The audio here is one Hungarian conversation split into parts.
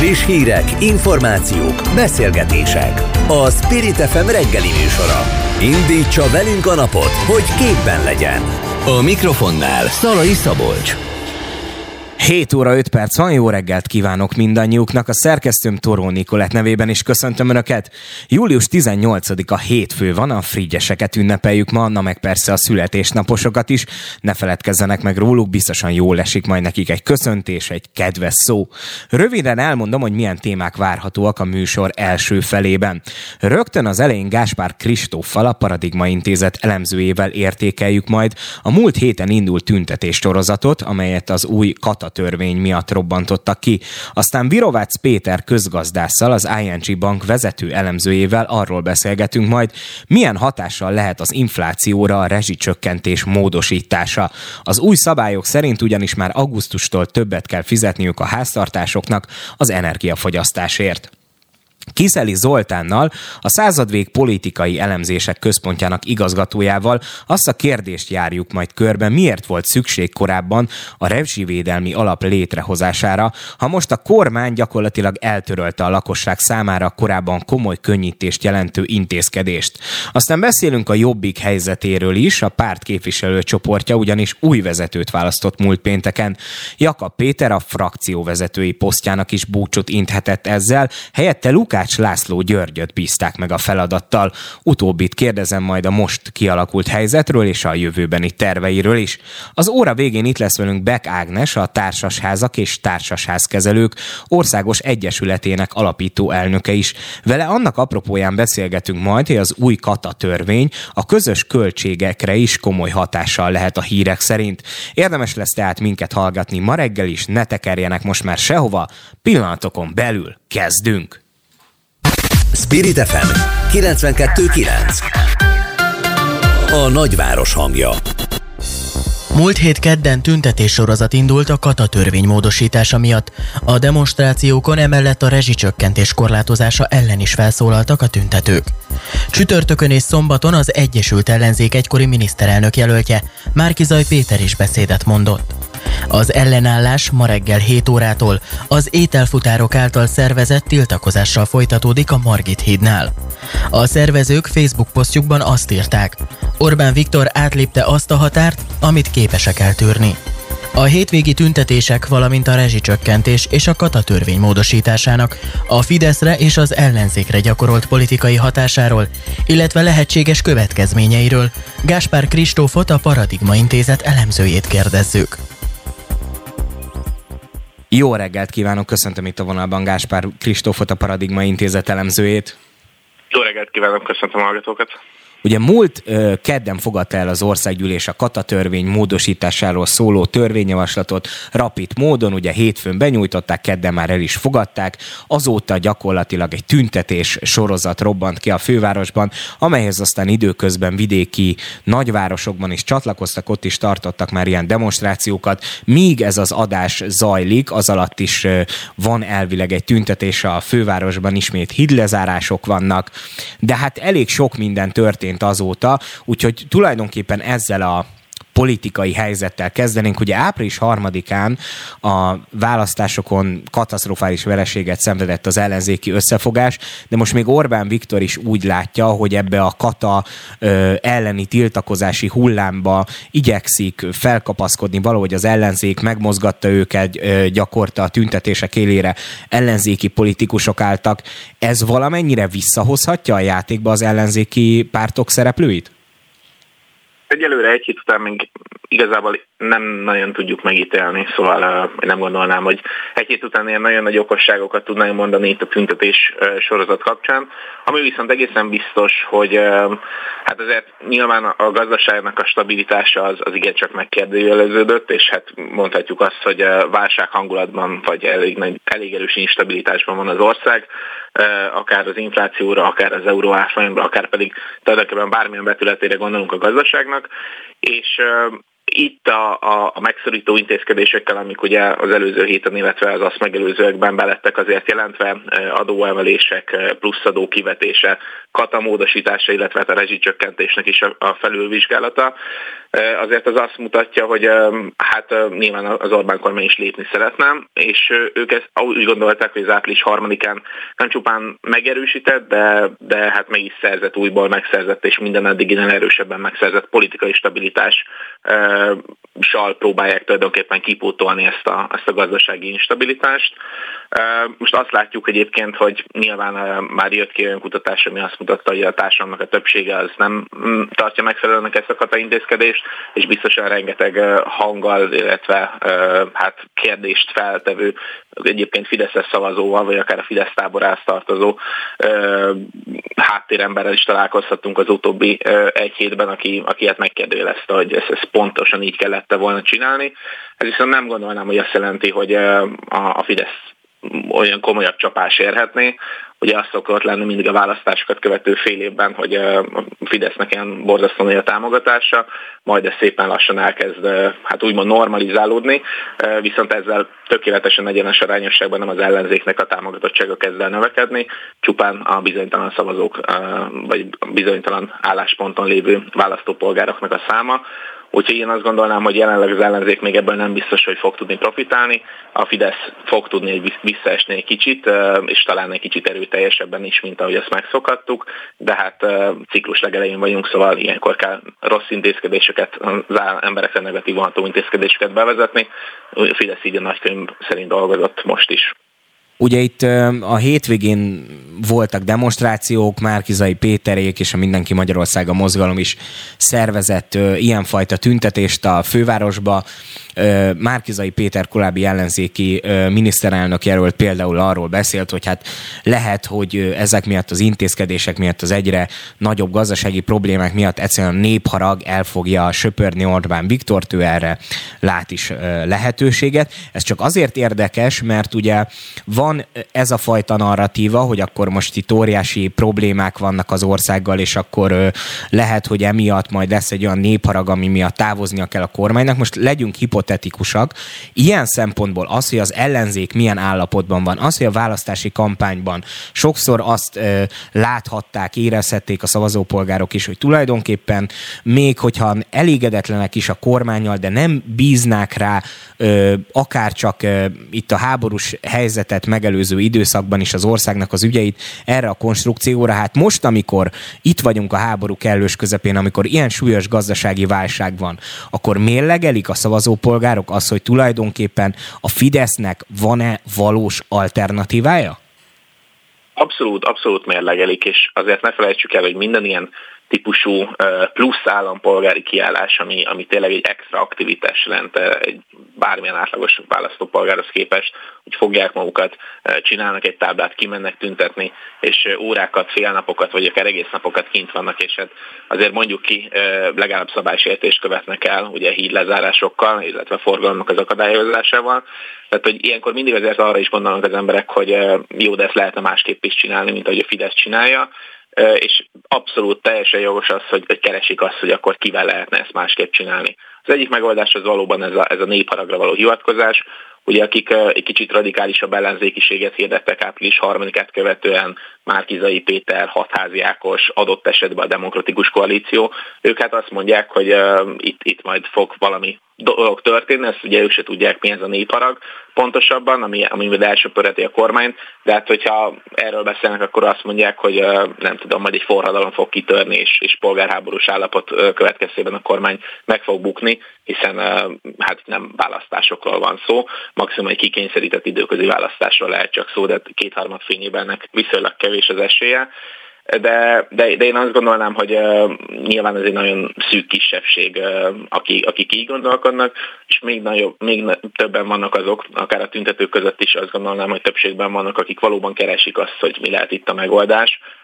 Friss hírek, információk, beszélgetések. A Spirit FM reggeli műsora. Indítsa velünk a napot, hogy képben legyen. A mikrofonnál Szalai Szabolcs. 7 óra 5 perc van, jó reggelt kívánok mindannyiuknak, a szerkesztőm Toró Nikolett nevében is köszöntöm Önöket. Július 18-a hétfő van, a frigyeseket ünnepeljük ma, na meg persze a születésnaposokat is, ne feledkezzenek meg róluk, biztosan jól esik majd nekik egy köszöntés, egy kedves szó. Röviden elmondom, hogy milyen témák várhatóak a műsor első felében. Rögtön az elején Gáspár Kristóffal, a Paradigma Intézet elemzőjével értékeljük majd a múlt héten indult tüntetéssorozatot, amelyet az új katatörvény miatt robbantottak ki. Aztán Virovácz Péter közgazdásszal, az ING Bank vezető elemzőjével arról beszélgetünk majd, milyen hatással lehet az inflációra a rezsicsökkentés módosítása. Az új szabályok szerint ugyanis már augusztustól többet kell fizetniük a háztartásoknak az energiafogyasztásért. Kiszeli Zoltánnal, a Századvég politikai elemzések központjának igazgatójával azt a kérdést járjuk majd körbe, miért volt szükség korábban a rezsivédelmi alap létrehozására, ha most a kormány gyakorlatilag eltörölte a lakosság számára korábban komoly könnyítést jelentő intézkedést. Aztán beszélünk a Jobbik helyzetéről is, a párt képviselőcsoportja ugyanis új vezetőt választott múlt pénteken. Jakab Péter a frakcióvezetői posztjának is búcsút inthetett ezzel, helyette Lukács László Györgyöt bízták meg a feladattal. Utóbbit kérdezem majd a most kialakult helyzetről és a jövőbeni terveiről is. Az óra végén itt lesz velünk Beck Ágnes, a Társasházak és Társasházkezelők Országos Egyesületének alapító elnöke is. Vele annak apropóján beszélgetünk majd, hogy az új katatörvény a közös költségekre is komoly hatással lehet a hírek szerint. Érdemes lesz tehát minket hallgatni ma reggel is, ne tekerjenek most már sehova, pillanatokon belül kezdünk! Spirit FM 92.9. A nagyváros hangja. Múlt hét kedden tüntetéssorozat indult a katatörvény módosítása miatt. A demonstrációkon emellett a rezsicsökkentés korlátozása ellen is felszólaltak a tüntetők. Csütörtökön és szombaton az Egyesült Ellenzék egykori miniszterelnök jelöltje, Márki-Zay Péter is beszédet mondott. Az ellenállás ma reggel 7 órától az ételfutárok által szervezett tiltakozással folytatódik a Margit hídnál. A szervezők Facebook posztjukban azt írták: Orbán Viktor átlépte azt a határt, amit képesek eltűrni. A hétvégi tüntetések, valamint a rezsicsökkentés és a katatörvény módosításának a Fideszre és az ellenzékre gyakorolt politikai hatásáról, illetve lehetséges következményeiről Gáspár Kristófot, a Paradigma Intézet elemzőjét kérdezzük. Jó reggelt kívánok, köszöntöm itt a vonalban Gáspár Kristófot, a Paradigma Intézet elemzőjét. Jó reggelt kívánok, köszöntöm a hallgatókat. Ugye múlt kedden fogadta el az országgyűlés a katatörvény módosításáról szóló törvényjavaslatot rapid módon, ugye hétfőn benyújtották, kedden már el is fogadták, azóta gyakorlatilag egy tüntetés sorozat robbant ki a fővárosban, amelyhez aztán időközben vidéki nagyvárosokban is csatlakoztak, ott is tartottak már ilyen demonstrációkat, míg ez az adás zajlik, az alatt is van elvileg egy tüntetés a fővárosban, ismét hídlezárások vannak, de hát elég sok minden történt azóta, úgyhogy tulajdonképpen ezzel a politikai helyzettel kezdenénk. Ugye április 3-án a választásokon katasztrofális vereséget szenvedett az ellenzéki összefogás, de most még Orbán Viktor is úgy látja, hogy ebbe a kata elleni tiltakozási hullámba igyekszik felkapaszkodni, valahogy az ellenzék megmozgatta őket, gyakorta a tüntetések élére ellenzéki politikusok álltak. Ez valamennyire visszahozhatja a játékba az ellenzéki pártok szereplőit? Egyelőre egy hét után még igazából nem nagyon tudjuk megítélni, szóval én nem gondolnám, hogy egy hét után ilyen nagyon nagy okosságokat tudnánk mondani itt a tüntetés sorozat kapcsán. Ami viszont egészen biztos, hogy hát azért nyilván a gazdaságnak a stabilitása az igencsak megkérdőjeleződött, és hát mondhatjuk azt, hogy válság hangulatban vagy elég erős instabilitásban van az ország, akár az inflációra, akár az euró árfolyamra, akár pedig tulajdonképpen bármilyen vetületére gondolunk a gazdaságnak, és Itt a megszorító intézkedésekkel, amik ugye az előző héten, illetve az azt megelőzőekben belettek azért jelentve, adóemelések, plusz adó kivetése, katamódosítása, illetve a rezsicsökkentésnek is a felülvizsgálata, azért az azt mutatja, hogy hát nyilván az Orbán kormány is lépni szeretne, és ők ezt úgy gondolták, hogy az április 3-án nem csupán megerősített, de hát meg is szerzett, újból megszerzett, és minden eddiginél erősebben megszerzett politikai stabilitással próbálják tulajdonképpen kipótolni ezt a gazdasági instabilitást. Most azt látjuk egyébként, hogy nyilván már jött ki olyan kutatás, ami azt mutatta, hogy a társadalomnak a többsége az nem tartja megfelelőnek ezt a kataintézkedést, és biztosan rengeteg hanggal, illetve hát kérdést feltevő, egyébként Fideszes szavazóval, vagy akár a Fidesz táborához tartozó háttéremberrel is találkozhattunk az utóbbi egy hétben, aki hát megkérdőjelezte, hogy ezt pontosan így kellett volna csinálni. Ez viszont nem gondolnám, hogy azt jelenti, hogy a Fidesz olyan komolyabb csapás érhetné. Ugye azt szokott lenni mindig a választásokat követő fél évben, hogy a Fidesznek ilyen borzasztó nagy a támogatása, majd ez szépen lassan elkezd hát úgymond normalizálódni, viszont ezzel tökéletesen egyenes arányosságban nem az ellenzéknek a támogatottsága kezd el növekedni, csupán a bizonytalan szavazók, vagy bizonytalan állásponton lévő választópolgároknak a száma. Úgyhogy én azt gondolnám, hogy jelenleg az ellenzék még ebből nem biztos, hogy fog tudni profitálni. A Fidesz fog tudni visszaesni egy kicsit, és talán egy kicsit erőteljesebben is, mint ahogy ezt megszokhattuk, de hát ciklus legelején vagyunk, szóval ilyenkor kell rossz intézkedéseket, az emberekre negatívan ható intézkedéseket bevezetni. A Fidesz így a nagykönyv szerint dolgozott most is. Ugye itt a hétvégén voltak demonstrációk, Márki-Zay Péterék és a Mindenki Magyarországa mozgalom is szervezett ilyenfajta tüntetést a fővárosba. Márki-Zay Péter korábbi ellenzéki miniszterelnök jelölt például arról beszélt, hogy hát lehet, hogy ezek miatt az intézkedések miatt, az egyre nagyobb gazdasági problémák miatt egyszerűen a népharag el fogja söpörni Orbán Viktort, ő erre lát is lehetőséget. Ez csak azért érdekes, mert ugye van ez a fajta narratíva, hogy akkor most itt óriási problémák vannak az országgal, és akkor lehet, hogy emiatt majd lesz egy olyan népharag, ami miatt távoznia kell a kormánynak. Most legyünk hipotetikusak. Ilyen szempontból az, hogy az ellenzék milyen állapotban van, az, hogy a választási kampányban sokszor azt láthatták, érezhették a szavazópolgárok is, hogy tulajdonképpen még hogyha elégedetlenek is a kormánnyal, de nem bíznák rá akár csak itt a háborús helyzetet megelőző időszakban is az országnak az ügyeit erre a konstrukcióra. Hát most, amikor itt vagyunk a háború kellős közepén, amikor ilyen súlyos gazdasági válság van, akkor mérlegelik a szavazópolgárok az, hogy tulajdonképpen a Fidesznek van-e valós alternatívája? Abszolút mérlegelik, és azért ne felejtsük el, hogy minden ilyen típusú plusz állampolgári kiállás, ami tényleg egy extra aktivitás jelent egy bármilyen átlagos választópolgárhoz képest, hogy fogják magukat, csinálnak egy táblát, kimennek tüntetni, és órákat, félnapokat, vagy akár egész napokat kint vannak, és hát azért mondjuk ki, legalább szabálysértést követnek el, ugye hídlezárásokkal, illetve forgalomnak az akadályozásával. Tehát, hogy ilyenkor mindig azért arra is gondolnak az emberek, hogy jó, de ezt lehetne másképp is csinálni, mint ahogy a Fidesz csinálja, és abszolút teljesen jogos az, hogy keresik azt, hogy akkor kivel lehetne ezt másképp csinálni. Az egyik megoldás az valóban ez a népharagra való hivatkozás, ugye akik egy kicsit radikálisabb ellenzékiséget hirdettek április 3-át követően, Márki-Zay Péter, Hatházi Ákos, adott esetben a Demokratikus Koalíció, ők hát azt mondják, hogy itt majd fog valami dolog történni, ezt ugye ők se tudják, mi ez a népharag pontosabban, amivel elsöpörheti a kormányt, de hát hogyha erről beszélnek, akkor azt mondják, hogy nem tudom, majd egy forradalom fog kitörni, és polgárháborús állapot következtében a kormány meg fog bukni, hiszen hát nem választásokról van szó, maximum egy kikényszerített időközi választásról lehet csak szó, de 2/3 fényében ennek viszonylag kevés az esélye. De én azt gondolnám, hogy nyilván ez egy nagyon szűk kisebbség, akik így gondolkodnak, és még többen vannak azok, akár a tüntetők között is azt gondolnám, hogy többségben vannak, akik valóban keresik azt, hogy mi lehet itt a megoldás.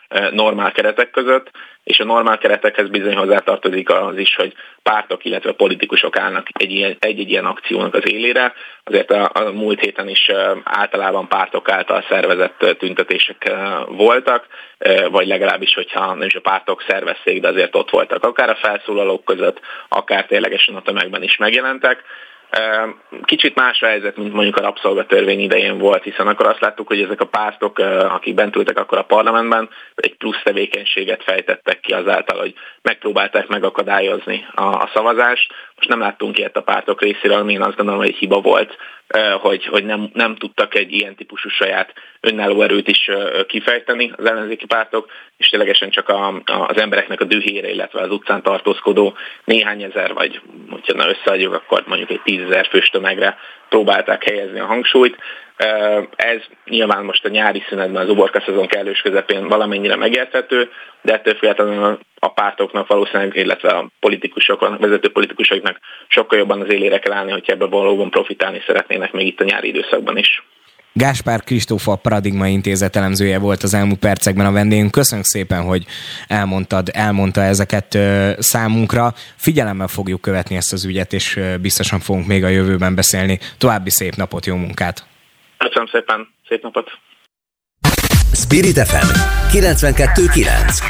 normál keretek között, és a normál keretekhez bizony hozzátartozik az is, hogy pártok, illetve politikusok állnak egy-egy ilyen akciónak az élére. Azért a múlt héten is általában pártok által szervezett tüntetések voltak, vagy legalábbis, hogyha nem is a pártok szervezték, de azért ott voltak. Akár a felszólalók között, akár ténylegesen a tömegben is megjelentek. Kicsit más helyzet, mint mondjuk a rabszolgatörvény idején volt, hiszen akkor azt láttuk, hogy ezek a pártok, akik bent ültek akkor a parlamentben, egy plusz tevékenységet fejtettek ki azáltal, hogy megpróbálták megakadályozni a szavazást. Most nem láttunk ilyet a pártok részéről, én azt gondolom, hogy egy hiba volt, hogy nem tudtak egy ilyen típusú saját önálló erőt is kifejteni az ellenzéki pártok, és ténylegesen csak az embereknek a dühére, illetve az utcán tartózkodó néhány ezer, vagy hogyha összeadjuk, akkor mondjuk egy 10 000 fős tömegre próbálták helyezni a hangsúlyt. Ez nyilván most a nyári szünetben, az uborka szezon kellős közepén valamennyire megérthető, de ettől függetlenül a pártoknak valószínűleg, illetve a politikusoknak, vezető politikusoknak sokkal jobban az élére kell állni, hogyha ebből valóban profitálni szeretnének még itt a nyári időszakban is. Gáspár Kristóf, a Paradigma Intézet elemzője volt az elmúlt percekben a vendégünk. Köszönjük szépen, hogy elmondta ezeket számunkra. Figyelemmel fogjuk követni ezt az ügyet, és biztosan fogunk még a jövőben beszélni. További szép napot, jó munkát! Köszönöm szépen, szép napot! Spirit FM 92.9.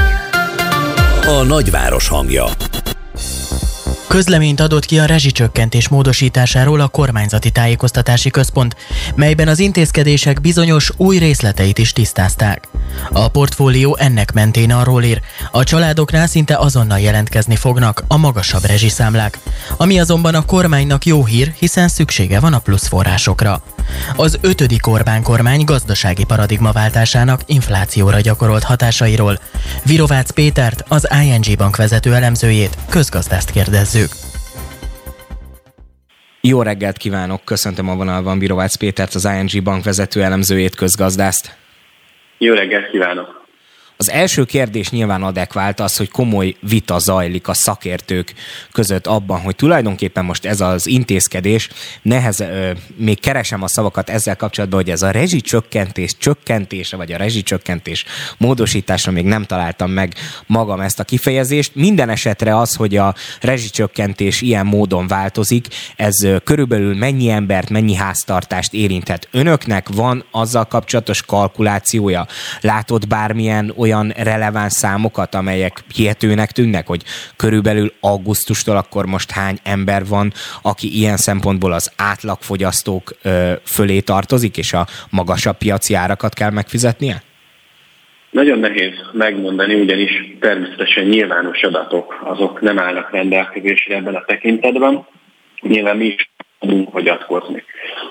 A nagyváros hangja. Közleményt adott ki a rezsicsökkentés módosításáról a kormányzati tájékoztatási központ, melyben az intézkedések bizonyos új részleteit is tisztázták. A portfólió ennek mentén arról ír, a családoknál szinte azonnal jelentkezni fognak a magasabb rezsiszámlák, ami azonban a kormánynak jó hír, hiszen szüksége van a plusz forrásokra. Az 5. Orbán kormány gazdasági paradigmaváltásának inflációra gyakorolt hatásairól Virovácz Pétert, az ING Bank vezető elemzőjét, közgazdást kérdezzük. Jó reggelt kívánok, köszöntöm a vonalban Virovácz Pétert, az ING Bank vezető elemzőjét, közgazdászt. Jó reggelt kívánok! Az első kérdés nyilván adekvált az, hogy komoly vita zajlik a szakértők között abban, hogy tulajdonképpen most ez az intézkedés, még keresem a szavakat ezzel kapcsolatban, hogy ez a rezsicsökkentés csökkentése, vagy a rezsicsökkentés módosításra még nem találtam meg magam ezt a kifejezést. Minden esetre az, hogy a rezsicsökkentés ilyen módon változik, ez körülbelül mennyi embert, mennyi háztartást érinthet önöknek? Van azzal kapcsolatos kalkulációja? Látott bármilyen olyan releváns számokat, amelyek hihetőnek tűnnek, hogy körülbelül augusztustól akkor most hány ember van, aki ilyen szempontból az átlagfogyasztók fölé tartozik, és a magasabb piaci árakat kell megfizetnie? Nagyon nehéz megmondani, ugyanis természetesen nyilvános adatok, azok nem állnak rendelkezésre ebben a tekintetben. Nyilván mi is tudunk hagyatkozni.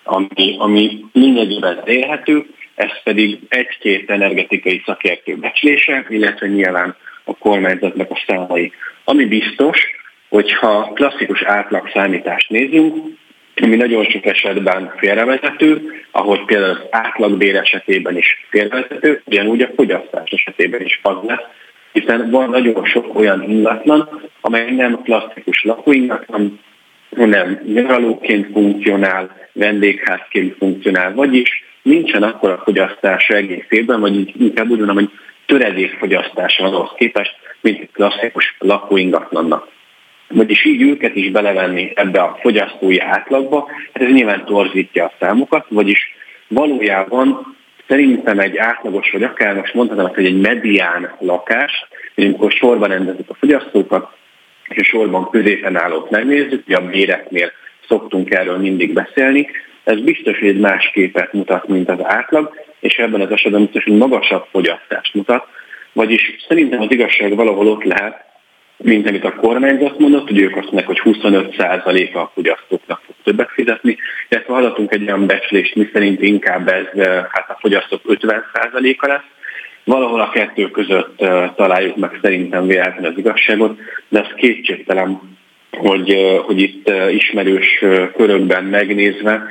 Ami lényegében érhető, ez pedig egy-két energetikai szakértő becslése, illetve nyilván a kormányzatnak a számai. Ami biztos, hogyha klasszikus átlagszámítást nézünk, ami nagyon sok esetben félrevezető, ahogy például az átlagbér esetében is félrevezető, ugyanúgy a fogyasztás esetében is az lesz, hiszen van nagyon sok olyan ingatlan, amely nem klasszikus lakóingatlan, hanem nyaralóként funkcionál, vendégházként funkcionál, vagyis nincsen akkora fogyasztása egész évben, vagy inkább úgy mondom, hogy töredékfogyasztása van ahhoz képest, mint egy klasszikus lakóingatlannak. Vagyis így őket is belevenni ebbe a fogyasztói átlagba, ez nyilván torzítja a számokat, vagyis valójában szerintem egy átlagos, vagy akár most mondhatom, hogy egy medián lakás, amikor sorban rendezik a fogyasztókat, és a sorban középen állót megnézzük, hogy a béreknél szoktunk erről mindig beszélni, ez biztos, hogy egy más képet mutat, mint az átlag, és ebben az esetben biztos, hogy magasabb fogyasztást mutat. Vagyis szerintem az igazság valahol ott lehet, mint amit a kormányzat mondott, hogy ők azt mondják, hogy 25%-a a fogyasztóknak fog többet fizetni, illetve hallottunk egy olyan becslést, miszerint inkább ez a fogyasztók 50%-a lesz. Valahol a kettő között találjuk meg szerintem véletlenül az igazságot, de az kétségtelen, hogy itt ismerős körökben megnézve,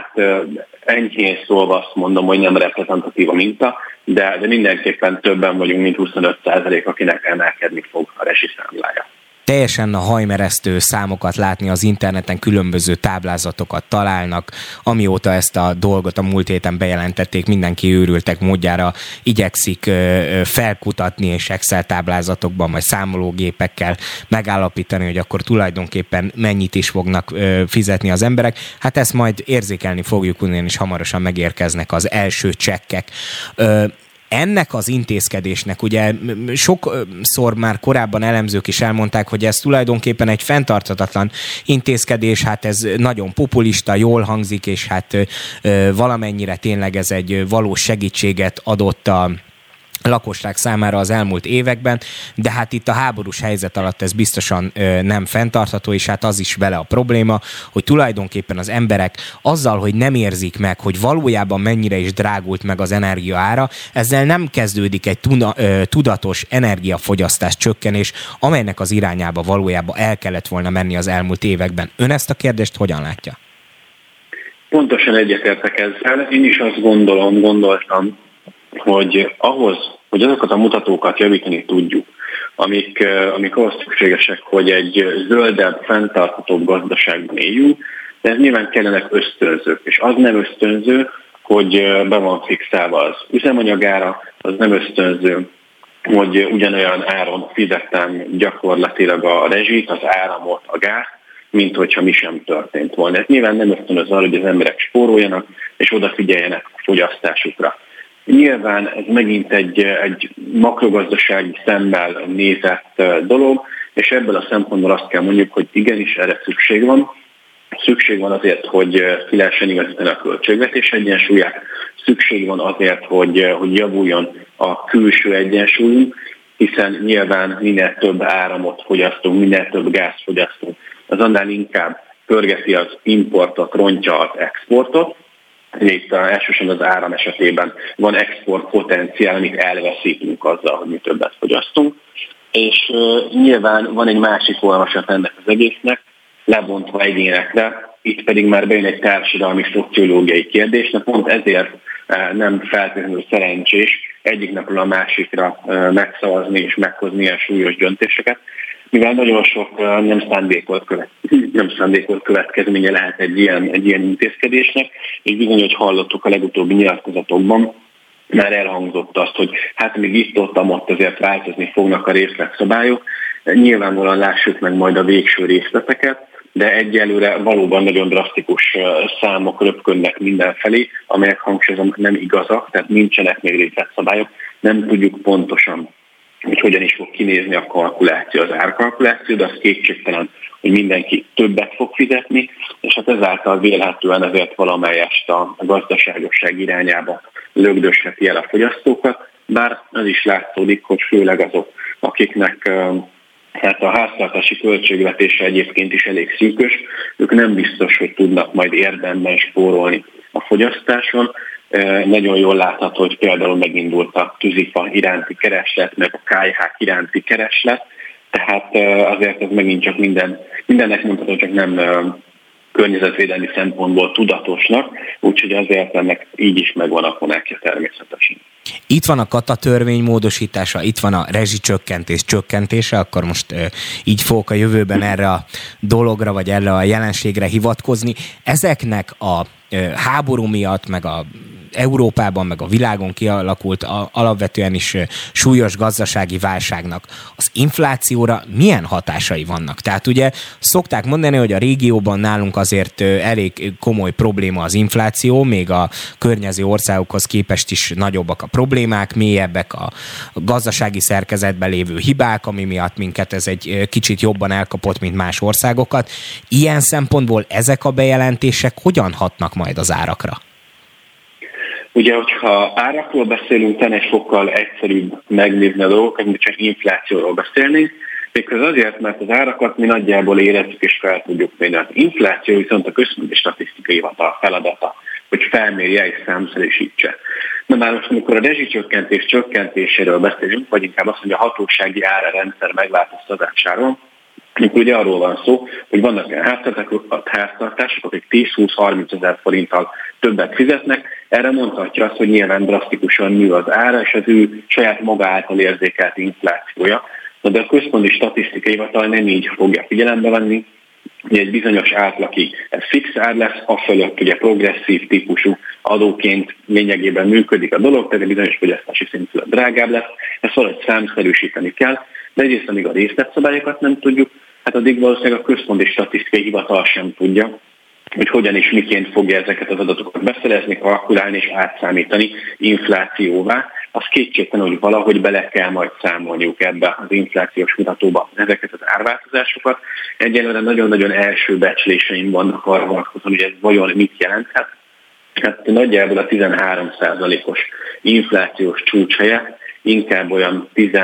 enyhén szólva azt mondom, hogy nem reprezentatív a minta, de mindenképpen többen vagyunk, mint 25%, akinek emelkedni fog a rezsiszámlája. teljesen a hajmeresztő számokat látni az interneten, különböző táblázatokat találnak, amióta ezt a dolgot a múlt héten bejelentették, mindenki őrültek módjára igyekszik felkutatni és Excel táblázatokban, vagy számológépekkel megállapítani, hogy akkor tulajdonképpen mennyit is fognak fizetni az emberek. Hát ezt majd érzékelni fogjuk, ugyanis hamarosan megérkeznek az első csekkek. Ennek az intézkedésnek ugye sokszor már korábban elemzők is elmondták, hogy ez tulajdonképpen egy fenntarthatatlan intézkedés, hát ez nagyon populista, jól hangzik, és hát valamennyire tényleg ez egy valós segítséget adott a lakosság számára az elmúlt években, de hát itt a háborús helyzet alatt ez biztosan nem fenntartható, és hát az is vele a probléma, hogy tulajdonképpen az emberek azzal, hogy nem érzik meg, hogy valójában mennyire is drágult meg az energia ára, ezzel nem kezdődik egy tudatos energiafogyasztás csökkenés, amelynek az irányába valójában el kellett volna menni az elmúlt években. Ön ezt a kérdést hogyan látja? Pontosan egyetértek ezzel. Én is azt gondoltam, hogy ahhoz, hogy azokat a mutatókat javítani tudjuk, amik ahhoz szükségesek, hogy egy zöldebb, fenntarthatóbb gazdaságban éljünk, de ez nyilván kellenek ösztönzők, és az nem ösztönző, hogy be van fixálva az üzemanyagára, az nem ösztönző, hogy ugyanolyan áron fizettem gyakorlatilag a rezsit, az áramot, a gázt, mint hogyha mi sem történt volna. Ez nyilván nem ösztönöz arra, hogy az emberek spóroljanak, és odafigyeljenek a fogyasztásukra. Nyilván ez megint egy makrogazdasági szemmel nézett dolog, és ebből a szempontból azt kell mondjuk, hogy igenis erre szükség van. Szükség van azért, hogy ki lehessen igazítani a költségvetés egyensúlyát, szükség van azért, hogy javuljon a külső egyensúlyunk, hiszen nyilván minél több áramot fogyasztunk, minél több gázt fogyasztunk, az annál inkább pörgeti az importot, rontja az exportot. Itt elsősorban az áram esetében van export potenciál, amit elveszítünk azzal, hogy mi többet fogyasztunk. És nyilván van egy másik olvasat ennek az egésznek, lebontva egyénekre, itt pedig már bejön egy társadalmi szociológiai kérdés, de pont ezért nem feltétlenül szerencsés egyik napról a másikra megszavazni és meghozni ilyen súlyos döntéseket, mivel nagyon sok nem szándékolt következménye lehet egy ilyen intézkedésnek, és bizony, hogy hallottuk a legutóbbi nyilatkozatokban, már elhangzott azt, hogy hát még itt-ott azért változni fognak a részletszabályok. Nyilvánvalóan lássuk meg majd a végső részleteket, de egyelőre valóban nagyon drasztikus számok röpködnek mindenfelé, amelyek hangsúlyozom nem igazak, tehát nincsenek még részletszabályok, nem tudjuk pontosan, hogy hogyan is fog kinézni a kalkuláció, az árkalkuláció, de az kétségtelen, hogy mindenki többet fog fizetni, és hát ezáltal vélhetően ezért valamelyest a gazdaságosság irányába lögdösheti el a fogyasztókat, bár az is látszódik, hogy főleg azok, akiknek hát a háztartási költségvetése egyébként is elég szűkös, ők nem biztos, hogy tudnak majd érdemben spórolni a fogyasztáson. Nagyon jól látható, hogy például megindult a tűzifa iránti kereslet, meg a kályhák iránti kereslet, tehát azért ez megint csak mindennek mondható, csak nem környezetvédelmi szempontból tudatosnak, úgyhogy azért ennek így is megvan a konekje természetesen. Itt van a kata törvény módosítása, itt van a rezsicsökkentés csökkentése, akkor most így fogok a jövőben erre a dologra, vagy erre a jelenségre hivatkozni. Ezeknek a háború miatt, meg a Európában, meg a világon kialakult alapvetően is súlyos gazdasági válságnak az inflációra milyen hatásai vannak? Tehát ugye szokták mondani, hogy a régióban nálunk azért elég komoly probléma az infláció, még a környező országokhoz képest is nagyobbak a problémák, mélyebbek a gazdasági szerkezetben lévő hibák, ami miatt minket ez egy kicsit jobban elkapott, mint más országokat. Ilyen szempontból ezek a bejelentések hogyan hatnak majd az árakra? Ugye, hogyha árakról beszélünk, talán egy sokkal egyszerűbb megnézni a dolgokat, mint csak inflációról beszélni, méghozzá azért, mert az árakat mi nagyjából érezzük és fel tudjuk mérni. Az infláció viszont a Központi Statisztikai Hivatal feladata, hogy felmérje és számszerűsítse. Na már most, amikor a rezsicsökkentés csökkentéséről beszélünk, vagy inkább azt mondja, a hatósági árarendszer megváltoztatásáról, amikor ugye arról van szó, hogy vannak olyan háztartások, akik 10-20-30 ezer forinttal többet fizetnek, erre mondhatja azt, hogy nyilván drasztikusan nő az ára, és az ő saját maga által érzékelt inflációja de a Központi Statisztikai Hivatal nem így fogja figyelembe venni, hogy egy bizonyos átlagi ez fix ár lesz, afölött ugye progresszív típusú adóként lényegében működik a dolog, tehát egy bizonyos fogyasztási szintű drágább lesz, ezt valahogy számszerűsíteni kell, de egyrészt amíg a részletszabályokat nem tudjuk, hát addig valószínűleg a Központi Statisztikai Hivatal sem tudja, hogy hogyan és miként fogja ezeket az adatokat beszerezni, kalkulálni és átszámítani inflációvá. Az kétségtelen, hogy valahogy bele kell majd számolniuk ebbe az inflációs mutatóba ezeket az árváltozásokat. Egyelőre nagyon-nagyon első becsléseim vannak arra vonatkozóan, hogy ez vajon mit jelenthet. Hát nagyjából a 13%-os inflációs csúcs helyett inkább olyan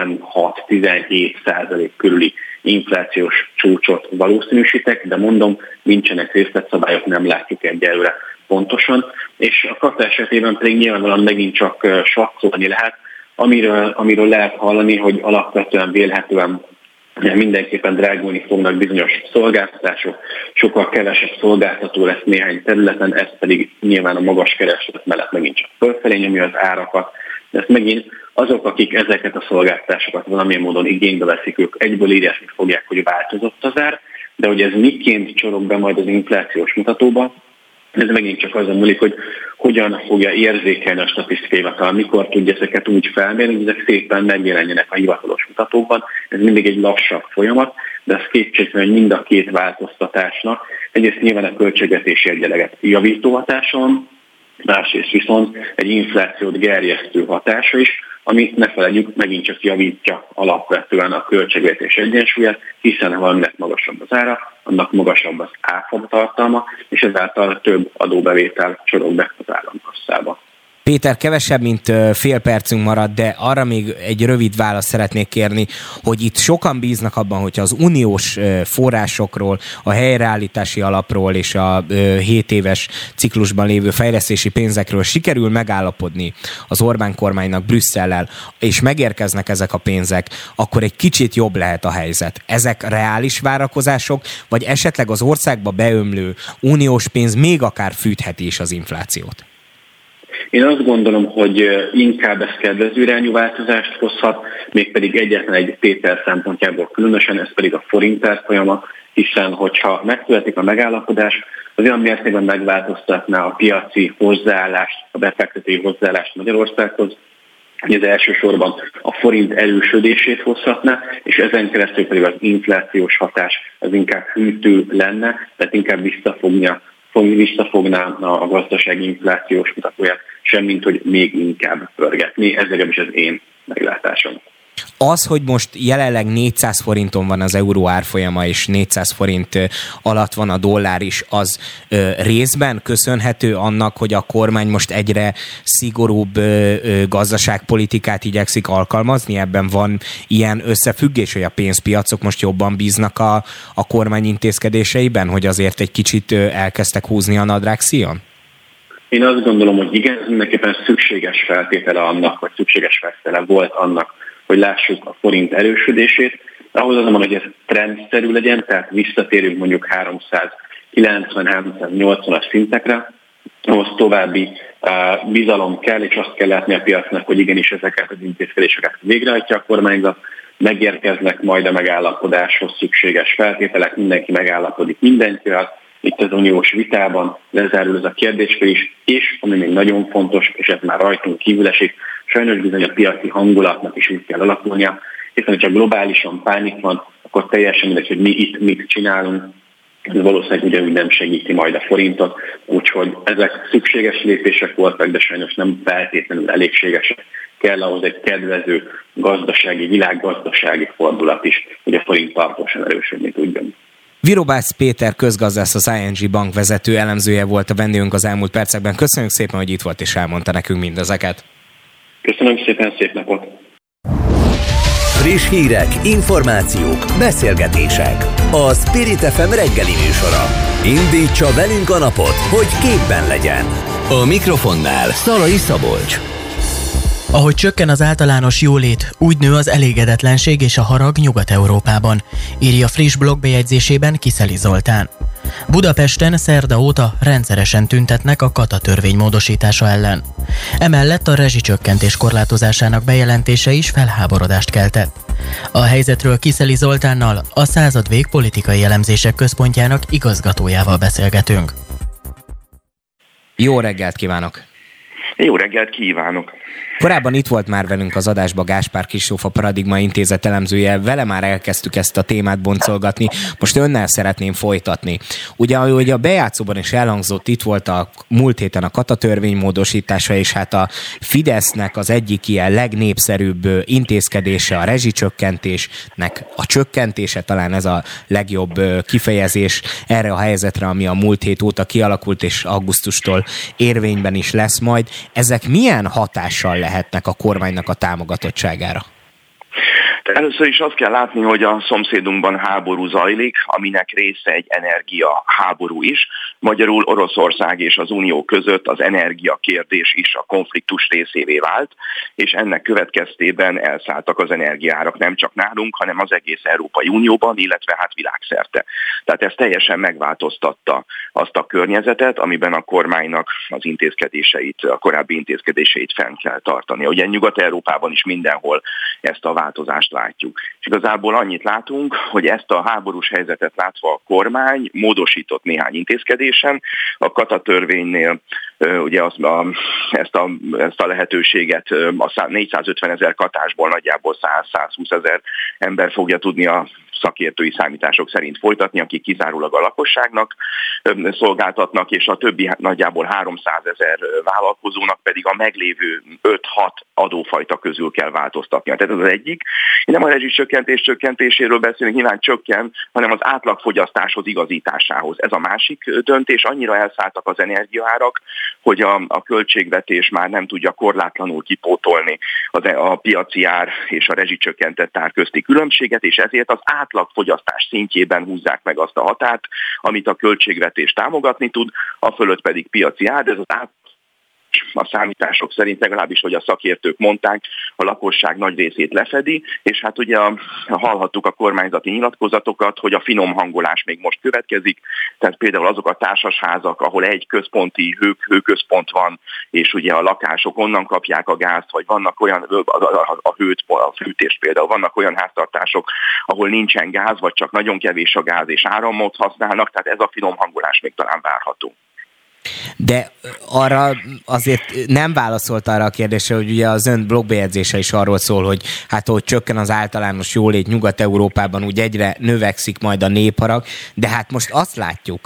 16-17% körüli inflációs csúcsot valószínűsítek, de mondom, nincsenek részletszabályok, nem látjuk egyelőre pontosan, és a kata esetében pedig nyilvánvalóan megint csak satszolni lehet, amiről lehet hallani, hogy alapvetően vélhetően mindenképpen drágulni fognak bizonyos szolgáltatások, sokkal kevesebb szolgáltató lesz néhány területen, ez pedig nyilván a magas kereslet mellett megint csak fölfelé nyomja az árakat, de ezt megint azok, akik ezeket a szolgáltatásokat valamilyen módon igénybe veszik, ők egyből érezni fogják, hogy változott az ár, de hogy ez miként csorog be majd az inflációs mutatóba, ez megint csak azon múlik, hogy hogyan fogja érzékelni a statisztikai hivatal, mikor tudja ezeket úgy felmérni, hogy ezek szépen megjelenjenek a hivatalos mutatókban. Ez mindig egy lassabb folyamat, de ez kétségtelen, hogy mind a két változtatásnak egyrészt nyilván a költségvetési egyenleget javító hatása van, másrészt viszont egy inflációt gerjesztő hatása is, amit ne felejtjük, megint csak javítja alapvetően a költségvetés egyensúlyát, hiszen ha valaminek magasabb az ára, annak magasabb az áfa tartalma, és ezáltal több adóbevétel csorog be az államkasszába. Péter, kevesebb, mint fél percünk marad, de arra még egy rövid választ szeretnék kérni, hogy itt sokan bíznak abban, hogyha az uniós forrásokról, a helyreállítási alapról és a 7 éves ciklusban lévő fejlesztési pénzekről sikerül megállapodni az Orbán kormánynak Brüsszellel, és megérkeznek ezek a pénzek, akkor egy kicsit jobb lehet a helyzet. Ezek reális várakozások, vagy esetleg az országba beömlő uniós pénz még akár fűtheti is az inflációt? Én azt gondolom, hogy inkább ez kedvező irányú változást hozhat, mégpedig egyetlen egy tétel szempontjából különösen, ez pedig a forint árfolyama, hiszen hogyha megszületik a megállapodás, az olyan mértékben megváltoztatná a piaci hozzáállást, a befektetői hozzáállást Magyarországhoz, hogy ez elsősorban a forint erősödését hozhatná, és ezen keresztül pedig az inflációs hatás az inkább hűtő lenne, tehát inkább visszafogná a gazdasági inflációs mutatóját, semmint, hogy még inkább pörgetni. Ez legalábbis az én meglátásom. Az, hogy most jelenleg 400 forinton van az euró árfolyama, és 400 forint alatt van a dollár is, az részben köszönhető annak, hogy a kormány most egyre szigorúbb gazdaságpolitikát igyekszik alkalmazni? Ebben van ilyen összefüggés, hogy a pénzpiacok most jobban bíznak a kormány intézkedéseiben, hogy azért egy kicsit elkezdtek húzni a nadrágszíjon? Én azt gondolom, hogy igen, mindenképpen szükséges feltétele annak, vagy szükséges feltétele volt annak, hogy lássuk a forint erősödését. Ahhoz azonban, hogy ez trendszerű legyen, tehát visszatérünk mondjuk 390-380-as szintekre, ahhoz további bizalom kell, és azt kell látni a piacnak, hogy igenis ezeket az intézkedéseket végrehajtja a kormányzat, megérkeznek majd a megállapodáshoz szükséges feltételek, mindenki megállapodik mindenkivel, itt az uniós vitában lezárul ez a kérdéskör is, és ami még nagyon fontos, és ez már rajtunk kívül esik, sajnos bizony a piaci hangulatnak is úgy kell alakulnia, hiszen ha csak globálisan pánik van, akkor teljesen mindegy, hogy mi itt mit csinálunk, ez valószínűleg ugyanúgy nem segíti majd a forintot, úgyhogy ezek szükséges lépések voltak, de sajnos nem feltétlenül elégségesek. Kell ahhoz egy kedvező gazdasági, világgazdasági fordulat is, hogy a forint tartósan erősödni tudjon. Virobász Péter közgazdász, az ING Bank vezető elemzője volt a vendégünk az elmúlt percekben. Köszönjük szépen, hogy itt volt és elmondta nekünk mindezeket. Köszönöm szépen, szép napot! Friss hírek, információk, beszélgetések. A Spirit FM reggeli műsora. Indítsa velünk a napot, hogy képben legyen. A mikrofonnál Szalai Szabolcs. Ahogy csökken az általános jólét, úgy nő az elégedetlenség és a harag Nyugat-Európában, írja friss blogbejegyzésében Kiszeli Zoltán. Budapesten szerda óta rendszeresen tüntetnek a kata törvény módosítása ellen. Emellett a rezsicsökkentés korlátozásának bejelentése is felháborodást keltett. A helyzetről Kiszeli Zoltánnal, a Századvég politikai elemzések központjának igazgatójával beszélgetünk. Jó reggelt kívánok! Jó reggelt kívánok! Korábban itt volt már velünk az adásba Gáspár Kristóf, a Paradigma Intézet elemzője, vele már elkezdtük ezt a témát boncolgatni, most önnel szeretném folytatni. Ugye, ahogy a bejátszóban is elhangzott, itt volt a múlt héten a katatörvény módosítása, és hát a Fidesznek az egyik ilyen legnépszerűbb intézkedése a rezsicsökkentésnek a csökkentése, talán ez a legjobb kifejezés erre a helyzetre, ami a múlt hét óta kialakult, és augusztustól érvényben is lesz majd. Ezek milyen hatással lehetnek a kormánynak a támogatottságára? Először is azt kell látni, hogy a szomszédunkban háború zajlik, aminek része egy energiaháború is. Magyarul Oroszország és az Unió között az energiakérdés is a konfliktus részévé vált, és ennek következtében elszálltak az energiaárak nem csak nálunk, hanem az egész Európai Unióban, illetve hát világszerte. Tehát ez teljesen megváltoztatta azt a környezetet, amiben a kormánynak az intézkedéseit, a korábbi intézkedéseit fenn kell tartani. Ugye Nyugat-Európában is mindenhol ezt a változást látjuk. És igazából annyit látunk, hogy ezt a háborús helyzetet látva a kormány módosított néhány intézkedésen. A katatörvénynél ugye ezt a lehetőséget a 450 000 katásból nagyjából 100-120 000 ember fogja tudni a szakértői számítások szerint folytatni, akik kizárólag a lakosságnak szolgáltatnak, és a többi nagyjából 300 000 vállalkozónak pedig a meglévő 5-6 adófajta közül kell változtatnia. Tehát ez az egyik. Nem a rezsicsökkentés csökkentéséről beszélünk, nyilván csökken, hanem az átlagfogyasztáshoz igazításához. Ez a másik döntés. Annyira elszálltak az energiaárak, hogy a költségvetés már nem tudja korlátlanul kipótolni a piaci ár és a rezsicsökkentett ár közti különbséget, és ezért az átlagfogyasztás szintjében húzzák meg azt a határt, amit a költségvetés támogatni tud, a fölött pedig piaci ár, ez az a számítások szerint legalábbis, hogy a szakértők mondták, a lakosság nagy részét lefedi, és hát ugye hallhattuk a kormányzati nyilatkozatokat, hogy a finom hangolás még most következik, tehát például azok a társasházak, ahol egy központi hőközpont van, és ugye a lakások onnan kapják a gázt, vagy vannak olyan, a fűtés például, vannak olyan háztartások, ahol nincsen gáz, vagy csak nagyon kevés a gáz, és áramot használnak, tehát ez a finom hangolás még talán várható. De arra azért nem válaszolt arra a kérdésre, hogy ugye az ön blogbejegyzése is arról szól, hogy hát hogy csökken az általános jólét Nyugat-Európában, úgy egyre növekszik majd a népharag, de hát most azt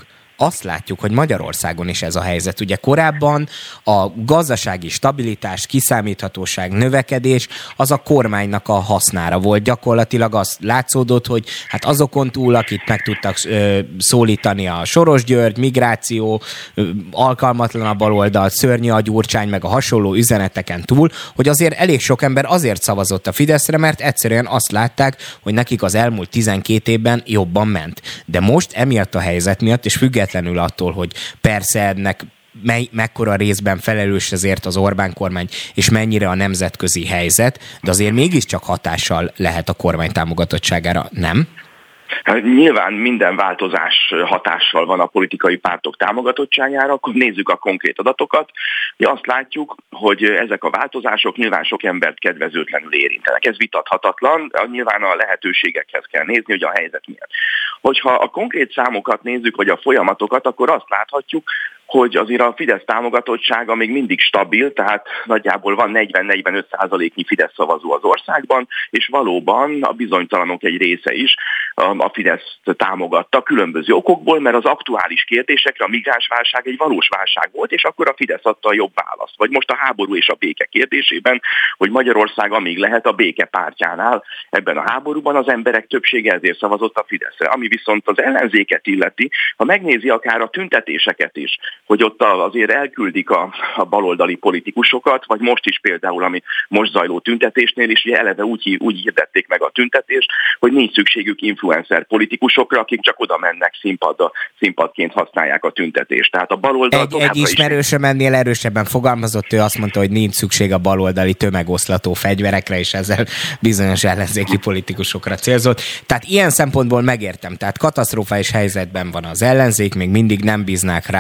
látjuk, hogy Magyarországon is ez a helyzet. Ugye korábban a gazdasági stabilitás, kiszámíthatóság, növekedés az a kormánynak a hasznára volt. Gyakorlatilag az látszódott, hogy hát azokon túl, akit meg tudtak szólítani a Soros György, migráció, alkalmatlan a baloldal, szörnyű a Gyurcsány, meg a hasonló üzeneteken túl, hogy azért elég sok ember azért szavazott a Fideszre, mert egyszerűen azt látták, hogy nekik az elmúlt 12 évben jobban ment. De most emiatt a helyzet miatt, és függetlenül attól, hogy persze ennek mekkora részben felelős ezért az Orbán kormány, és mennyire a nemzetközi helyzet, de azért mégiscsak hatással lehet a kormány támogatottságára, nem? Hát nyilván minden változás hatással van a politikai pártok támogatottságára, akkor nézzük a konkrét adatokat. Azt látjuk, hogy ezek a változások nyilván sok embert kedvezőtlenül érintenek. Ez vitathatatlan, nyilván a lehetőségekhez kell nézni, hogy a helyzet milyen. Hogyha a konkrét számokat nézzük, vagy a folyamatokat, akkor azt láthatjuk, hogy azért a Fidesz támogatottsága még mindig stabil, tehát nagyjából van 40-45%-nyi Fidesz szavazó az országban, és valóban a bizonytalanok egy része is a Fideszt támogatta különböző okokból, mert az aktuális kérdésekre a migránsválság egy valós válság volt, és akkor a Fidesz adta a jobb választ. Vagy most a háború és a béke kérdésében, hogy Magyarország amíg lehet a béke pártjánál ebben a háborúban, az emberek többsége ezért szavazott a Fideszre. Ami viszont az ellenzéket illeti, ha megnézi akár a tüntetéseket is, hogy ott azért elküldik a baloldali politikusokat, vagy most is például, ami most zajló tüntetésnél is, ugye eleve úgy hirdették meg a tüntetést, hogy nincs szükségük influencer politikusokra, akik csak oda mennek színpadként használják a tüntetést. Tehát a baloldal egy ismerősöm ennél erősebben fogalmazott, ő azt mondta, hogy nincs szükség a baloldali tömegoszlató fegyverekre, és ezzel bizonyos ellenzéki politikusokra célzott. Tehát ilyen szempontból megértem. Tehát katasztrofális helyzetben van az ellenzék, még mindig nem bíznák rájuk az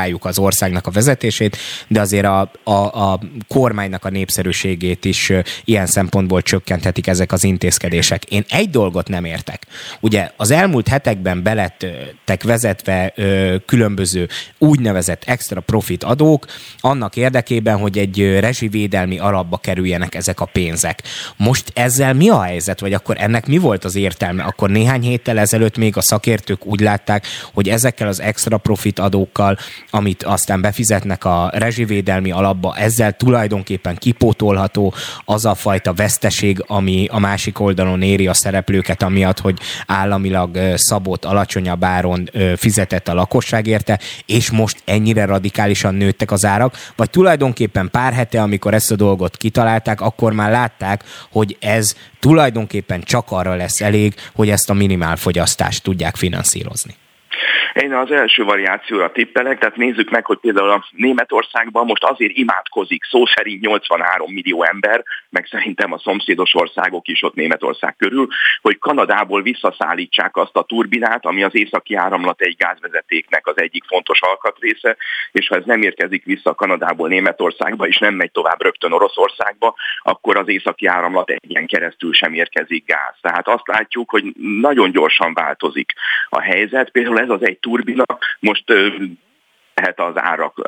országnak a vezetését, de azért a kormánynak a népszerűségét is ilyen szempontból csökkenthetik ezek az intézkedések. Én egy dolgot nem értek. Ugye az elmúlt hetekben belettek vezetve különböző úgynevezett extra profit adók annak érdekében, hogy egy rezsivédelmi alapba kerüljenek ezek a pénzek. Most ezzel mi a helyzet, vagy akkor ennek mi volt az értelme? Akkor néhány héttel ezelőtt még a szakértők úgy látták, hogy ezekkel az extra profit adókkal, amit aztán befizetnek a rezsivédelmi alapba, ezzel tulajdonképpen kipótolható az a fajta veszteség, ami a másik oldalon éri a szereplőket, amiatt, hogy államilag szabott, alacsonyabb áron fizetett a lakosság érte, és most ennyire radikálisan nőttek az árak, vagy tulajdonképpen pár hete, amikor ezt a dolgot kitalálták, akkor már látták, hogy ez tulajdonképpen csak arra lesz elég, hogy ezt a minimálfogyasztást tudják finanszírozni. Én az első variációra tippelek, tehát nézzük meg, hogy például a Németországban most azért imádkozik szó szerint 83 millió ember, meg szerintem a szomszédos országok is ott Németország körül, hogy Kanadából visszaszállítsák azt a turbinát, ami az északi áramlat egy gázvezetéknek az egyik fontos alkatrésze, és ha ez nem érkezik vissza Kanadából Németországba, és nem megy tovább rögtön Oroszországba, akkor az északi áramlat egyen keresztül sem érkezik gáz. Tehát azt látjuk, hogy nagyon gyorsan változik a helyzet. Például ez az egy turbina most lehet az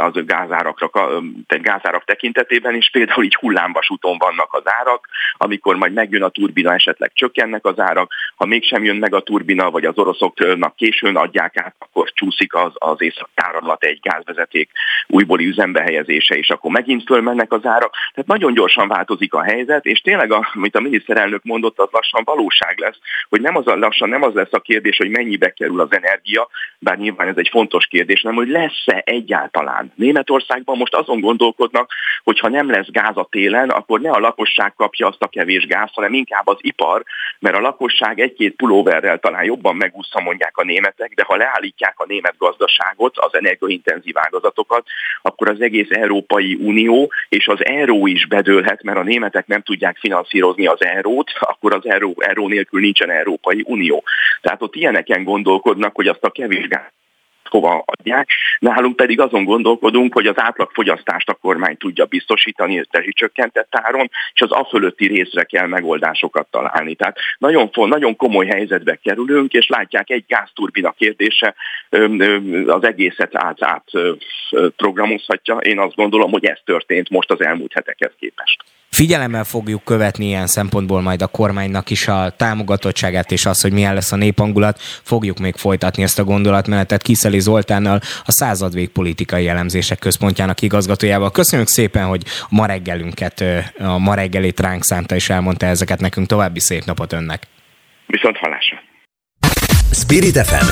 gázárak tekintetében is, például így hullámvasúton vannak az árak, amikor majd megjön a turbina, esetleg csökkennek az árak, ha mégsem jön meg a turbina, vagy az oroszoknak későn adják át, akkor csúszik az északi áramlat egy gázvezeték újbóli üzembe helyezése, és akkor megint fölmennek az árak. Tehát nagyon gyorsan változik a helyzet, és tényleg, amit a miniszterelnök mondott, az lassan valóság lesz, hogy nem az lesz a kérdés, hogy mennyibe kerül az energia, bár nyilván ez egy fontos kérdés, hanem hogy lesz-e egyáltalán. Németországban most azon gondolkodnak, hogy ha nem lesz gáz a télen, akkor ne a lakosság kapja azt a kevés gázt, hanem inkább az ipar, mert a lakosság egy-két pulóverrel talán jobban megúszza, mondják a németek, de ha leállítják a német gazdaságot, az energiaintenzív ágazatokat, akkor az egész Európai Unió és az euró is bedőlhet, mert a németek nem tudják finanszírozni az eurót, akkor az euró nélkül nincsen Európai Unió. Tehát ott ilyeneken gondolkodnak, hogy azt a kevés gáz hova adják. Nálunk pedig azon gondolkodunk, hogy az átlagfogyasztást a kormány tudja biztosítani rezsicsökkentett áron, és az afölötti részre kell megoldásokat találni. Tehát nagyon komoly helyzetbe kerülünk, és látják, egy gázturbina kérdése az egészet átprogramozhatja. Én azt gondolom, hogy ez történt most az elmúlt hetekhez képest. Figyelemmel fogjuk követni ilyen szempontból majd a kormánynak is a támogatottságát, és az, hogy milyen lesz a néphangulat. Fogjuk még folytatni ezt a gondolatmenetet Kiszeli Zoltánnal, a Századvég politikai elemzések központjának igazgatójával. Köszönjük szépen, hogy a ma reggelét ránk szánta, és elmondta ezeket nekünk. További szép napot önnek. Viszont hallásra. Spirit FM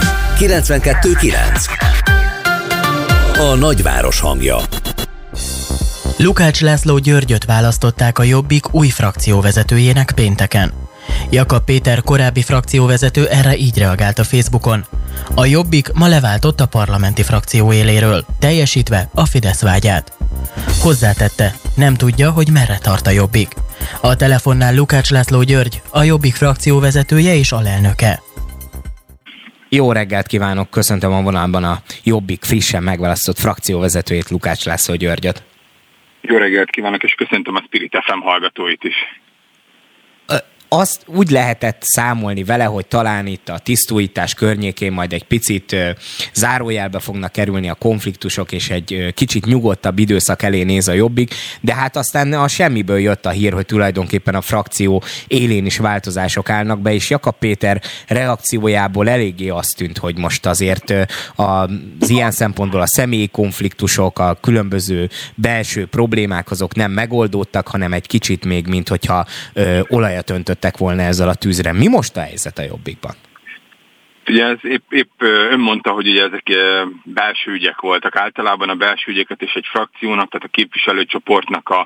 92.9. A nagyváros hangja. Lukács László Györgyöt választották a Jobbik új frakcióvezetőjének pénteken. Jakab Péter korábbi frakcióvezető erre így reagált a Facebookon. A Jobbik ma leváltott a parlamenti frakció éléről, teljesítve a Fidesz vágyát. Hozzátette, nem tudja, hogy merre tart a Jobbik. A telefonnál Lukács László György, a Jobbik frakcióvezetője és alelnöke. Jó reggelt kívánok, köszöntöm a vonalban a Jobbik frissen megválasztott frakcióvezetőjét, Lukács László Györgyöt. Jó reggelt kívánok, és köszöntöm a Spirit FM hallgatóit is. Azt úgy lehetett számolni vele, hogy talán itt a tisztújítás környékén majd egy picit zárójelbe fognak kerülni a konfliktusok, és egy kicsit nyugodtabb időszak elé néz a Jobbik, de hát aztán a semmiből jött a hír, hogy tulajdonképpen a frakció élén is változások állnak be, és Jakab Péter reakciójából eléggé azt tűnt, hogy most azért az ilyen szempontból a személyi konfliktusok, a különböző belső problémák azok nem megoldódtak, hanem egy kicsit még, mint hogyha olajat öntött volna ezzel a tűzre. Mi most a helyzet a Jobbikban? Ugye ez épp ön mondta, hogy ugye ezek belső ügyek voltak. Általában a belső ügyeket és egy frakciónak, tehát a képviselőcsoportnak a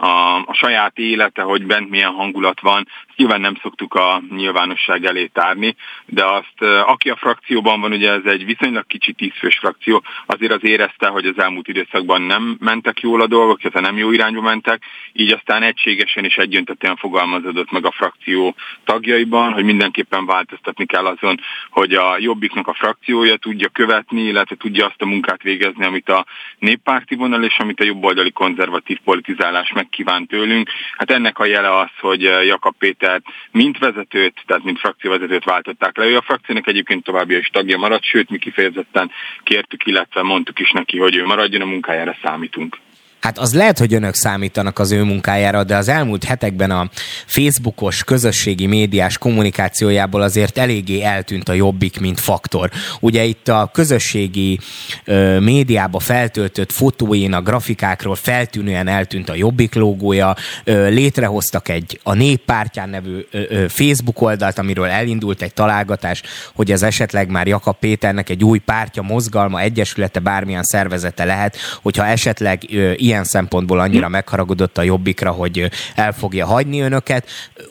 a saját élete, hogy bent milyen hangulat van, nyilván nem szoktuk a nyilvánosság elé tárni, de azt, aki a frakcióban van, ugye ez egy viszonylag kicsi 10 fős frakció, azért az érezte, hogy az elmúlt időszakban nem mentek jól a dolgok, illetve nem jó irányba mentek, így aztán egységesen és egyöntetően fogalmazódott meg a frakció tagjaiban, hogy mindenképpen változtatni kell azon, hogy a Jobbiknak a frakciója tudja követni, illetve tudja azt a munkát végezni, amit a néppárti vonal és amit a jobboldali konzervatív politizálás megkíván tőlünk. Hát ennek a jele az, hogy Jakab Péter mint vezetőt, tehát mint frakcióvezetőt váltották le. Ő a frakciónak egyébként továbbja is tagja maradt, sőt, mi kifejezetten kértük, illetve mondtuk is neki, hogy ő maradjon, a munkájára számítunk. Hát az lehet, hogy önök számítanak az ő munkájára, de az elmúlt hetekben a Facebookos, közösségi médiás kommunikációjából azért eléggé eltűnt a Jobbik, mint faktor. Ugye itt a közösségi médiába feltöltött fotóin, a grafikákról feltűnően eltűnt a Jobbik logója, létrehoztak a Néppártyán nevű Facebook oldalt, amiről elindult egy találgatás, hogy ez esetleg már Jakab Péternek egy új pártja, mozgalma, egyesülete, bármilyen szervezete lehet, hogyha esetleg ilyen szempontból annyira megharagudott a Jobbikra, hogy el fogja hagyni önöket.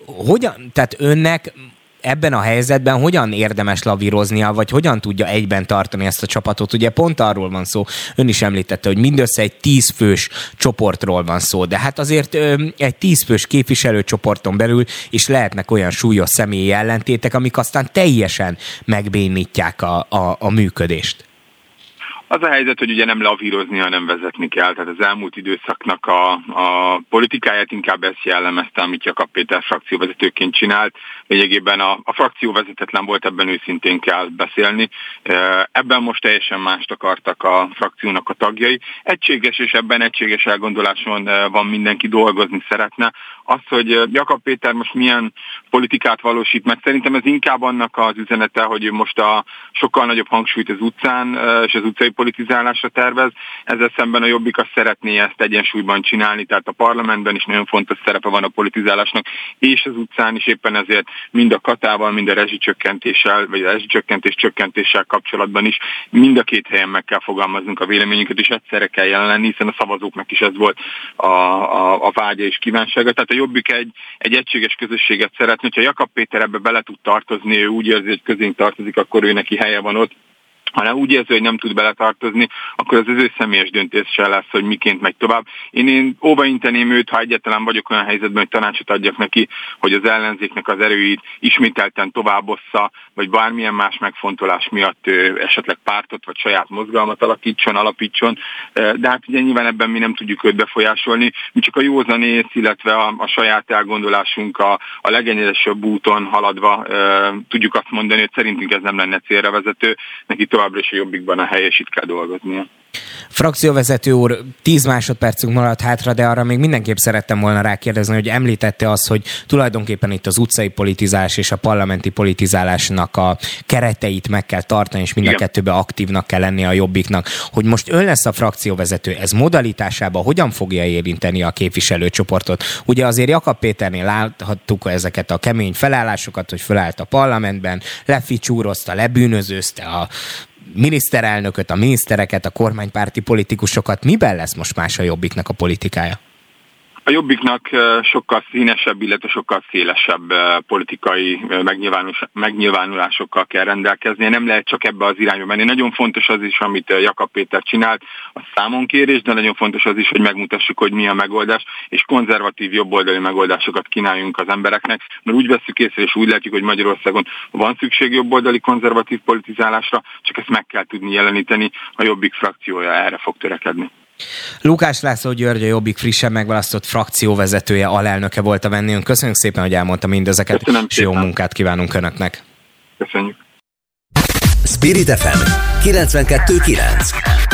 Tehát önnek ebben a helyzetben hogyan érdemes lavíroznia, vagy hogyan tudja egyben tartani ezt a csapatot? Ugye pont arról van szó, ön is említette, hogy mindössze egy 10 fős csoportról van szó, de hát azért egy 10 fős képviselőcsoporton belül is lehetnek olyan súlyos személyi ellentétek, amik aztán teljesen megbénítják a működést. Az a helyzet, hogy ugye nem lavírozni, hanem vezetni kell. Tehát az elmúlt időszaknak a politikáját inkább ezt jellemezte, amit Jakab Péter frakcióvezetőként csinált. Lényegében a frakció vezetetlen volt, ebben őszintén kell beszélni. Ebben most teljesen mást akartak a frakciónak a tagjai. Egységes és ebben egységes elgondoláson van mindenki, dolgozni szeretne. Az, hogy Jakab Péter most milyen politikát valósít meg, szerintem ez inkább annak az üzenete, hogy ő most a sokkal nagyobb hangsúlyt az utcán és az utcai politizálásra tervez. Ezzel szemben a Jobbik azt szeretné ezt egyensúlyban csinálni, tehát a parlamentben is nagyon fontos szerepe van a politizálásnak, és az utcán is éppen ezért mind a katával, mind a rezsicsökkentéssel, vagy a rezsicsökkentéssel kapcsolatban is mind a két helyen meg kell fogalmaznunk a véleményünket, és egyszerre kell jelen lenni, hiszen a szavazóknak is ez volt a vágya és kívánsága. Tehát a Jobbik egy egységes közösséget szeretne, hogyha Jakab Péter ebbe bele tud tartozni, ő úgy érzi, hogy közénk tartozik, akkor ő neki helye van ott. Ha úgy érzi, hogy nem tud beletartozni, akkor az ő személyes döntése lesz, hogy miként megy tovább. Én óvainteném őt, ha egyáltalán vagyok olyan helyzetben, hogy tanácsot adjak neki, hogy az ellenzéknek az erőit ismételten továbbossza, vagy bármilyen más megfontolás miatt esetleg pártot vagy saját mozgalmat alapítson. De hát ugye nyilván ebben mi nem tudjuk őt befolyásolni. Mi csak a józanész, illetve a saját elgondolásunk a legenyedesebb úton haladva tudjuk azt mondani, hogy szerintünk ez nem lenne célra vezető, neki továbbra is a Jobbikban a helye, és itt kell dolgoznia. Frakcióvezető úr, 10 másodpercünk maradt hátra, de arra még mindenképp szerettem volna rákérdezni, hogy említette azt, hogy tulajdonképpen itt az utcai politizálás és a parlamenti politizálásnak a kereteit meg kell tartani, és mind a kettőben aktívnak kell lennie a Jobbiknak. Hogy most ön lesz a frakcióvezető, ez modalitásában hogyan fogja érinteni a képviselőcsoportot? Ugye azért Jakab Péternél láthattuk ezeket a kemény felállásokat, hogy felállt a parlamentben, leficsúrozta, lebűnözőzte a miniszterelnököt, a minisztereket, a kormánypárti politikusokat. Miben lesz most más a Jobbiknak a politikája? A Jobbiknak sokkal színesebb, illetve sokkal szélesebb politikai megnyilvánulásokkal kell rendelkeznie. Nem lehet csak ebbe az irányba menni. Nagyon fontos az is, amit Jakab Péter csinált, a számonkérés, de nagyon fontos az is, hogy megmutassuk, hogy mi a megoldás, és konzervatív jobboldali megoldásokat kínáljunk az embereknek, mert úgy vesszük észre, és úgy látjuk, hogy Magyarországon van szükség jobboldali konzervatív politizálásra, csak ezt meg kell tudni jeleníteni, a Jobbik frakciója erre fog törekedni. Lukács László György, a Jobbik frissen megválasztott frakcióvezetője, alelnöke volt a vendégünk. Köszönjük szépen, hogy elmondta mindezeket, köszönöm és jó munkát kívánunk Önöknek. Köszönjük. Spirit FM 92.9.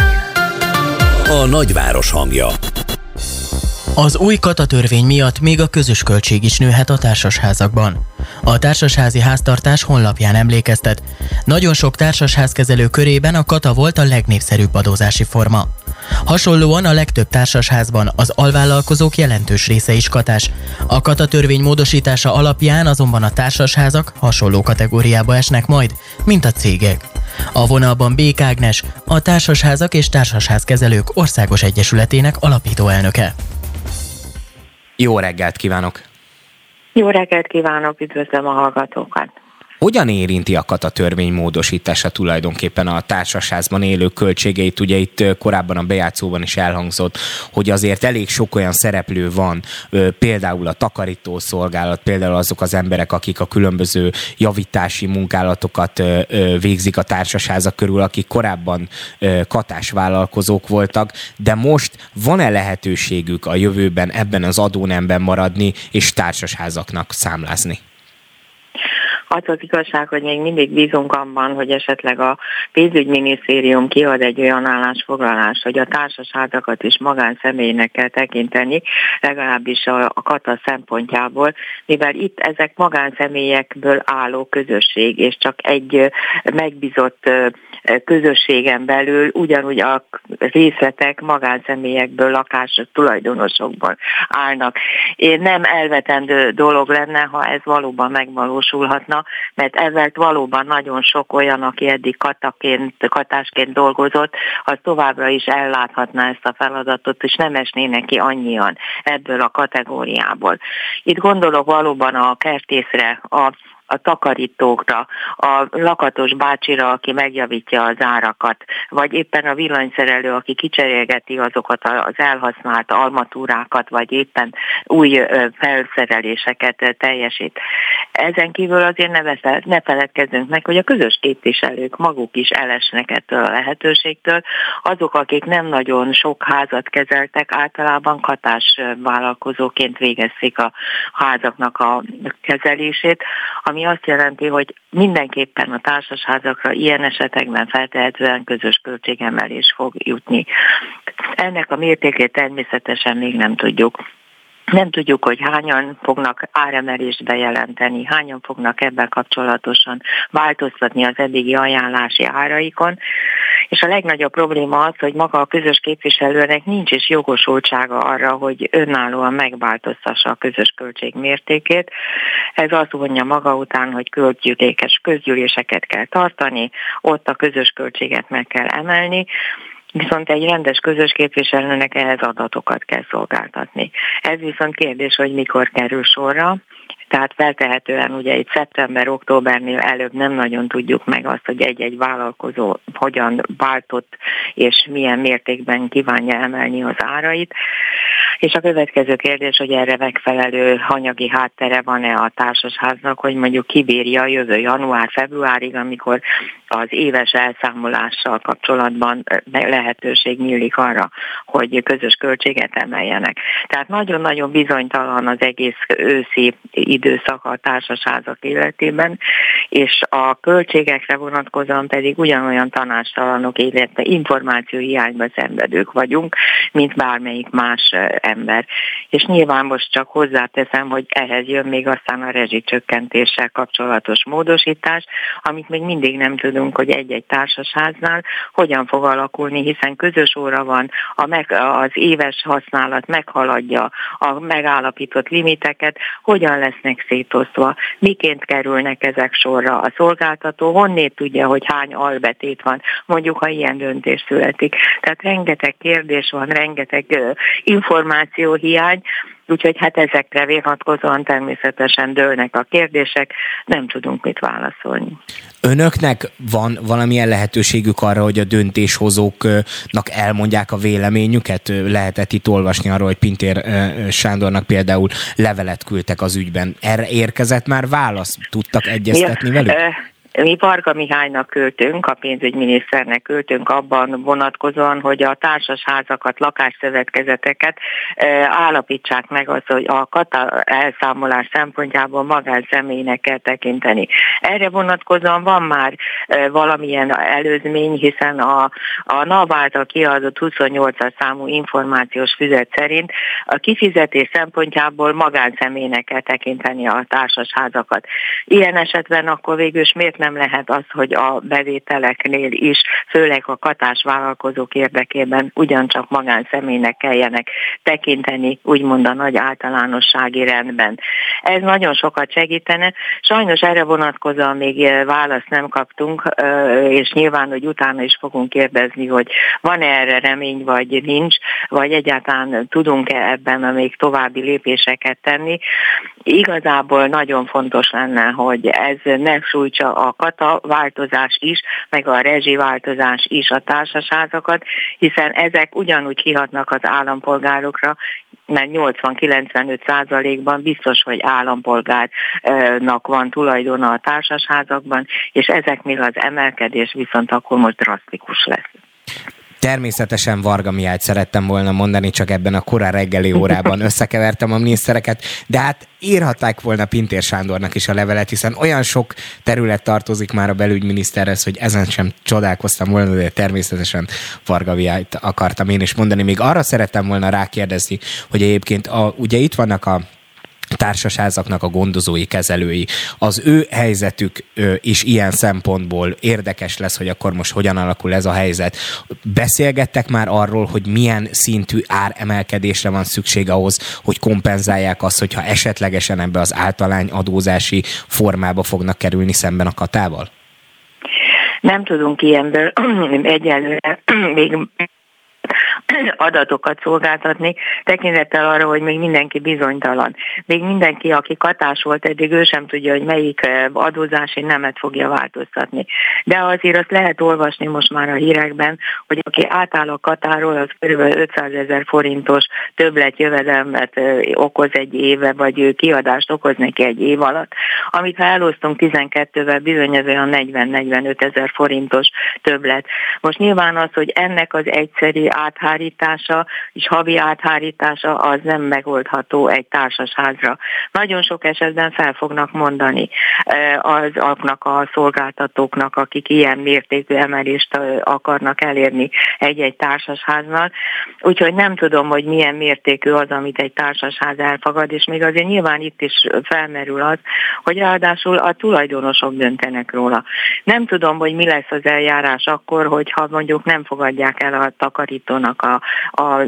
A nagyváros hangja. Az új katatörvény miatt még a közös költség is nőhet a társasházakban. A társasházi háztartás honlapján emlékeztet, nagyon sok társasházkezelő körében a kata volt a legnépszerűbb adózási forma. Hasonlóan a legtöbb társasházban az alvállalkozók jelentős része is katás. A katatörvény módosítása alapján azonban a társasházak hasonló kategóriába esnek majd, mint a cégek. A vonalban Bék Ágnes, a Társasházak és Társasházkezelők Országos Egyesületének alapító elnöke. Jó reggelt kívánok! Jó reggelt kívánok, üdvözlöm a hallgatókat! Hogyan érinti a kata törvény módosítása tulajdonképpen a társasházban élők költségeit? Ugye itt korábban a bejátszóban is elhangzott, hogy azért elég sok olyan szereplő van, például a takarítószolgálat, például azok az emberek, akik a különböző javítási munkálatokat végzik a társasházak körül, akik korábban katás vállalkozók voltak, de most van-e lehetőségük a jövőben ebben az adónemben maradni és társasházaknak számlázni? Az az igazság, hogy még mindig bízunk abban, hogy esetleg a pénzügyminisztérium kiad egy olyan állásfoglalást, hogy a társasházakat is magánszemélynek kell tekinteni, legalábbis a kata szempontjából, mivel itt ezek magánszemélyekből álló közösség, és csak egy megbízott közösségen belül ugyanúgy a részletek magánszemélyekből, lakás tulajdonosokból állnak. Nem elvetendő dolog lenne, ha ez valóban megvalósulhatna, mert ezzel valóban nagyon sok olyan, aki eddig katásként dolgozott, az továbbra is elláthatná ezt a feladatot, és nem esnének ki annyian ebből a kategóriából. Itt gondolok valóban a kertészre, a takarítókra, a lakatos bácsira, aki megjavítja az árakat, vagy éppen a villanyszerelő, aki kicserélgeti azokat az elhasznált armatúrákat, vagy éppen új felszereléseket teljesít. Ezen kívül azért ne feledkezzünk meg, hogy a közös képviselők maguk is elesnek ettől a lehetőségtől. Azok, akik nem nagyon sok házat kezeltek, általában katás vállalkozóként végezték a házaknak a kezelését, ami azt jelenti, hogy mindenképpen a társasházakra ilyen esetekben feltehetően közös költségemelés fog jutni. Ennek a mértékét természetesen még nem tudjuk. Nem tudjuk, hogy hányan fognak áremelést bejelenteni, hányan fognak ebben kapcsolatosan változtatni az eddigi ajánlási áraikon, és a legnagyobb probléma az, hogy maga a közös képviselőnek nincs is jogosultsága arra, hogy önállóan megváltoztassa a közös költség mértékét. Ez azt vonja maga után, hogy közgyűléseket kell tartani, ott a közös költséget meg kell emelni, viszont egy rendes közös képviselőnek ehhez adatokat kell szolgáltatni. Ez viszont kérdés, hogy mikor kerül sorra. Tehát feltehetően ugye itt szeptember-októbernél előbb nem nagyon tudjuk meg azt, hogy egy-egy vállalkozó hogyan váltott és milyen mértékben kívánja emelni az árait. És a következő kérdés, hogy erre megfelelő anyagi háttere van-e a társasháznak, hogy mondjuk kibírja a jövő január-februárig, amikor az éves elszámolással kapcsolatban lehetőség nyílik arra, hogy közös költséget emeljenek. Tehát nagyon-nagyon bizonytalan az egész őszi időszak a társasházak életében, és a költségekre vonatkozóan pedig ugyanolyan tanácstalanok, illetve információhiányban szenvedők vagyunk, mint bármelyik más ember. És nyilván most csak hozzáteszem, hogy ehhez jön még aztán a rezsicsökkentéssel kapcsolatos módosítás, amit még mindig nem tudunk, hogy egy-egy társasháznál hogyan fog alakulni, hiszen közös óra van, az éves használat meghaladja a megállapított limiteket, hogyan lesznek szétosztva, miként kerülnek ezek sorra, a szolgáltató honnét tudja, hogy hány albetét van, mondjuk, ha ilyen döntés születik. Tehát rengeteg kérdés van, rengeteg információhiány, úgyhogy hát ezekre vonatkozóan természetesen dőlnek a kérdések, nem tudunk mit válaszolni. Önöknek van valamilyen lehetőségük arra, hogy a döntéshozóknak elmondják a véleményüket? Lehetett itt olvasni arról, hogy Pintér Sándornak például levelet küldtek az ügyben. Erre érkezett már válasz? Tudtak egyeztetni velük? Mi Varga Mihálynak küldtünk, a pénzügyminiszternek küldtünk abban vonatkozóan, hogy a társasházakat, lakásszövetkezeteket állapítsák meg azt, hogy a kata elszámolás szempontjából magánszemélynek kell tekinteni. Erre vonatkozóan van már valamilyen előzmény, hiszen a NAV által kiadott 28-as számú információs füzet szerint a kifizetés szempontjából magánszemélynek kell tekinteni a társasházakat. Ilyen esetben akkor végül miért nem lehet az, hogy a bevételeknél is, főleg a katás vállalkozók érdekében ugyancsak magánszemélynek kelljenek tekinteni, úgymond a nagy általánossági rendben. Ez nagyon sokat segítene. Sajnos erre vonatkozóan még választ nem kaptunk, és nyilván, hogy utána is fogunk kérdezni, hogy van-e erre remény, vagy nincs, vagy egyáltalán tudunk-e ebben még további lépéseket tenni. Igazából nagyon fontos lenne, hogy ez ne sújtsa a kata változás is, meg a rezsiváltozás is a társasházakat, hiszen ezek ugyanúgy kihatnak az állampolgárokra, mert 80-95%-ban biztos, hogy állampolgárnak van tulajdona a társasházakban, és ezeknél az emelkedés viszont akkor most drasztikus lesz. Természetesen Varga Mihályt szerettem volna mondani, csak ebben a korán reggeli órában összekevertem a minisztereket, de hát írhatták volna Pintér Sándornak is a levelet, hiszen olyan sok terület tartozik már a belügyminiszterhez, hogy ezen sem csodálkoztam volna, de természetesen Varga Mihályt akartam én is mondani. Még arra szerettem volna rákérdezni, hogy egyébként ugye itt vannak a társasházaknak a gondozói, kezelői. Az ő helyzetük is ilyen szempontból érdekes lesz, hogy akkor most hogyan alakul ez a helyzet. Beszélgettek már arról, hogy milyen szintű áremelkedésre van szükség ahhoz, hogy kompenzálják azt, hogyha esetlegesen ebbe az általány adózási formába fognak kerülni szemben a katával? Nem tudunk ilyenből egyelőre még adatokat szolgáltatni, tekintettel arra, hogy még mindenki bizonytalan. Még mindenki, aki katás volt eddig, ő sem tudja, hogy melyik adózási nemet fogja változtatni. De azért azt lehet olvasni most már a hírekben, hogy aki átáll a katáról, az kb. 500 000 forintos többletjövedelmet okoz egy éve, vagy kiadást okoz neki egy év alatt, amit ha elosztunk 12-vel, bizony ez olyan 40-45 000 forintos többlet. Most nyilván az, hogy ennek az egyszeri áthárítása és havi áthárítása az nem megoldható egy társasházra. Nagyon sok esetben fel fognak mondani azoknak a szolgáltatóknak, akik ilyen mértékű emelést akarnak elérni egy-egy társasháznal. Úgyhogy nem tudom, hogy milyen mértékű az, amit egy társasház elfogad, és még azért nyilván itt is felmerül az, hogy ráadásul a tulajdonosok döntenek róla. Nem tudom, hogy mi lesz az eljárás akkor, hogyha mondjuk nem fogadják el a takarítónak a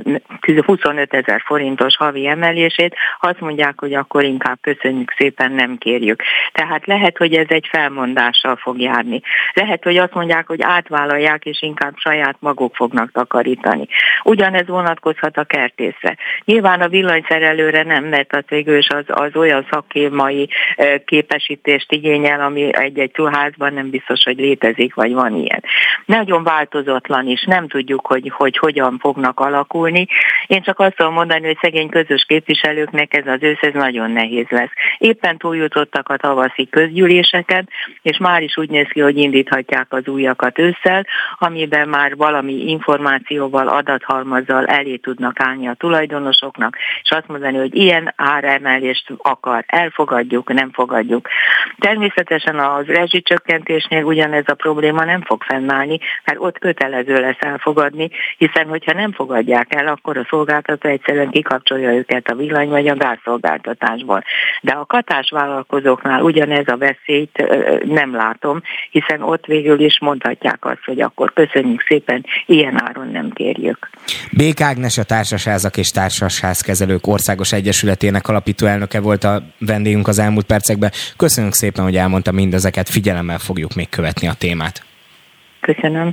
25 000 forintos havi emelését, azt mondják, hogy akkor inkább köszönjük szépen, nem kérjük. Tehát lehet, hogy ez egy felmondással fog járni. Lehet, hogy azt mondják, hogy átvállalják, és inkább saját maguk fognak takarítani. Ugyanez vonatkozhat a kertészre. Nyilván a villanyszerelőre nem, mert az végül is az olyan szakmai képesítést igényel, ami egy-egy házban nem biztos, hogy létezik, vagy van ilyen. Nagyon változatlan is, nem tudjuk, hogy hogyan fognak alakulni. Én csak azt tudom mondani, hogy szegény közös képviselőknek ez az ősz nagyon nehéz lesz. Éppen túljutottak a tavaszi közgyűléseken, és már is úgy néz ki, hogy indíthatják az újakat ősszel, amiben már valami információval, adathalmazzal elé tudnak állni a tulajdonosoknak, és azt mondani, hogy ilyen áremelést akar, elfogadjuk, nem fogadjuk. Természetesen az rezsicsökkentésnél ugyanez a probléma nem fog fennállni, mert ott kötelező lesz elfogadni, hiszen hogyha nem fogadják el, akkor a szolgáltató egyszerűen kikapcsolja őket a villany vagy a gázszolgáltatásból. De a katás vállalkozóknál ugyanez a veszélyt nem látom, hiszen ott végül is mondhatják azt, hogy akkor köszönjük szépen, ilyen áron nem kérjük. Bék Ágnes, a Társasházak és Társasházkezelők Országos Egyesületének alapító elnöke volt a vendégünk az elmúlt percekben. Köszönjük szépen, hogy elmondta mindezeket, figyelemmel fogjuk még követni a témát. Köszönöm.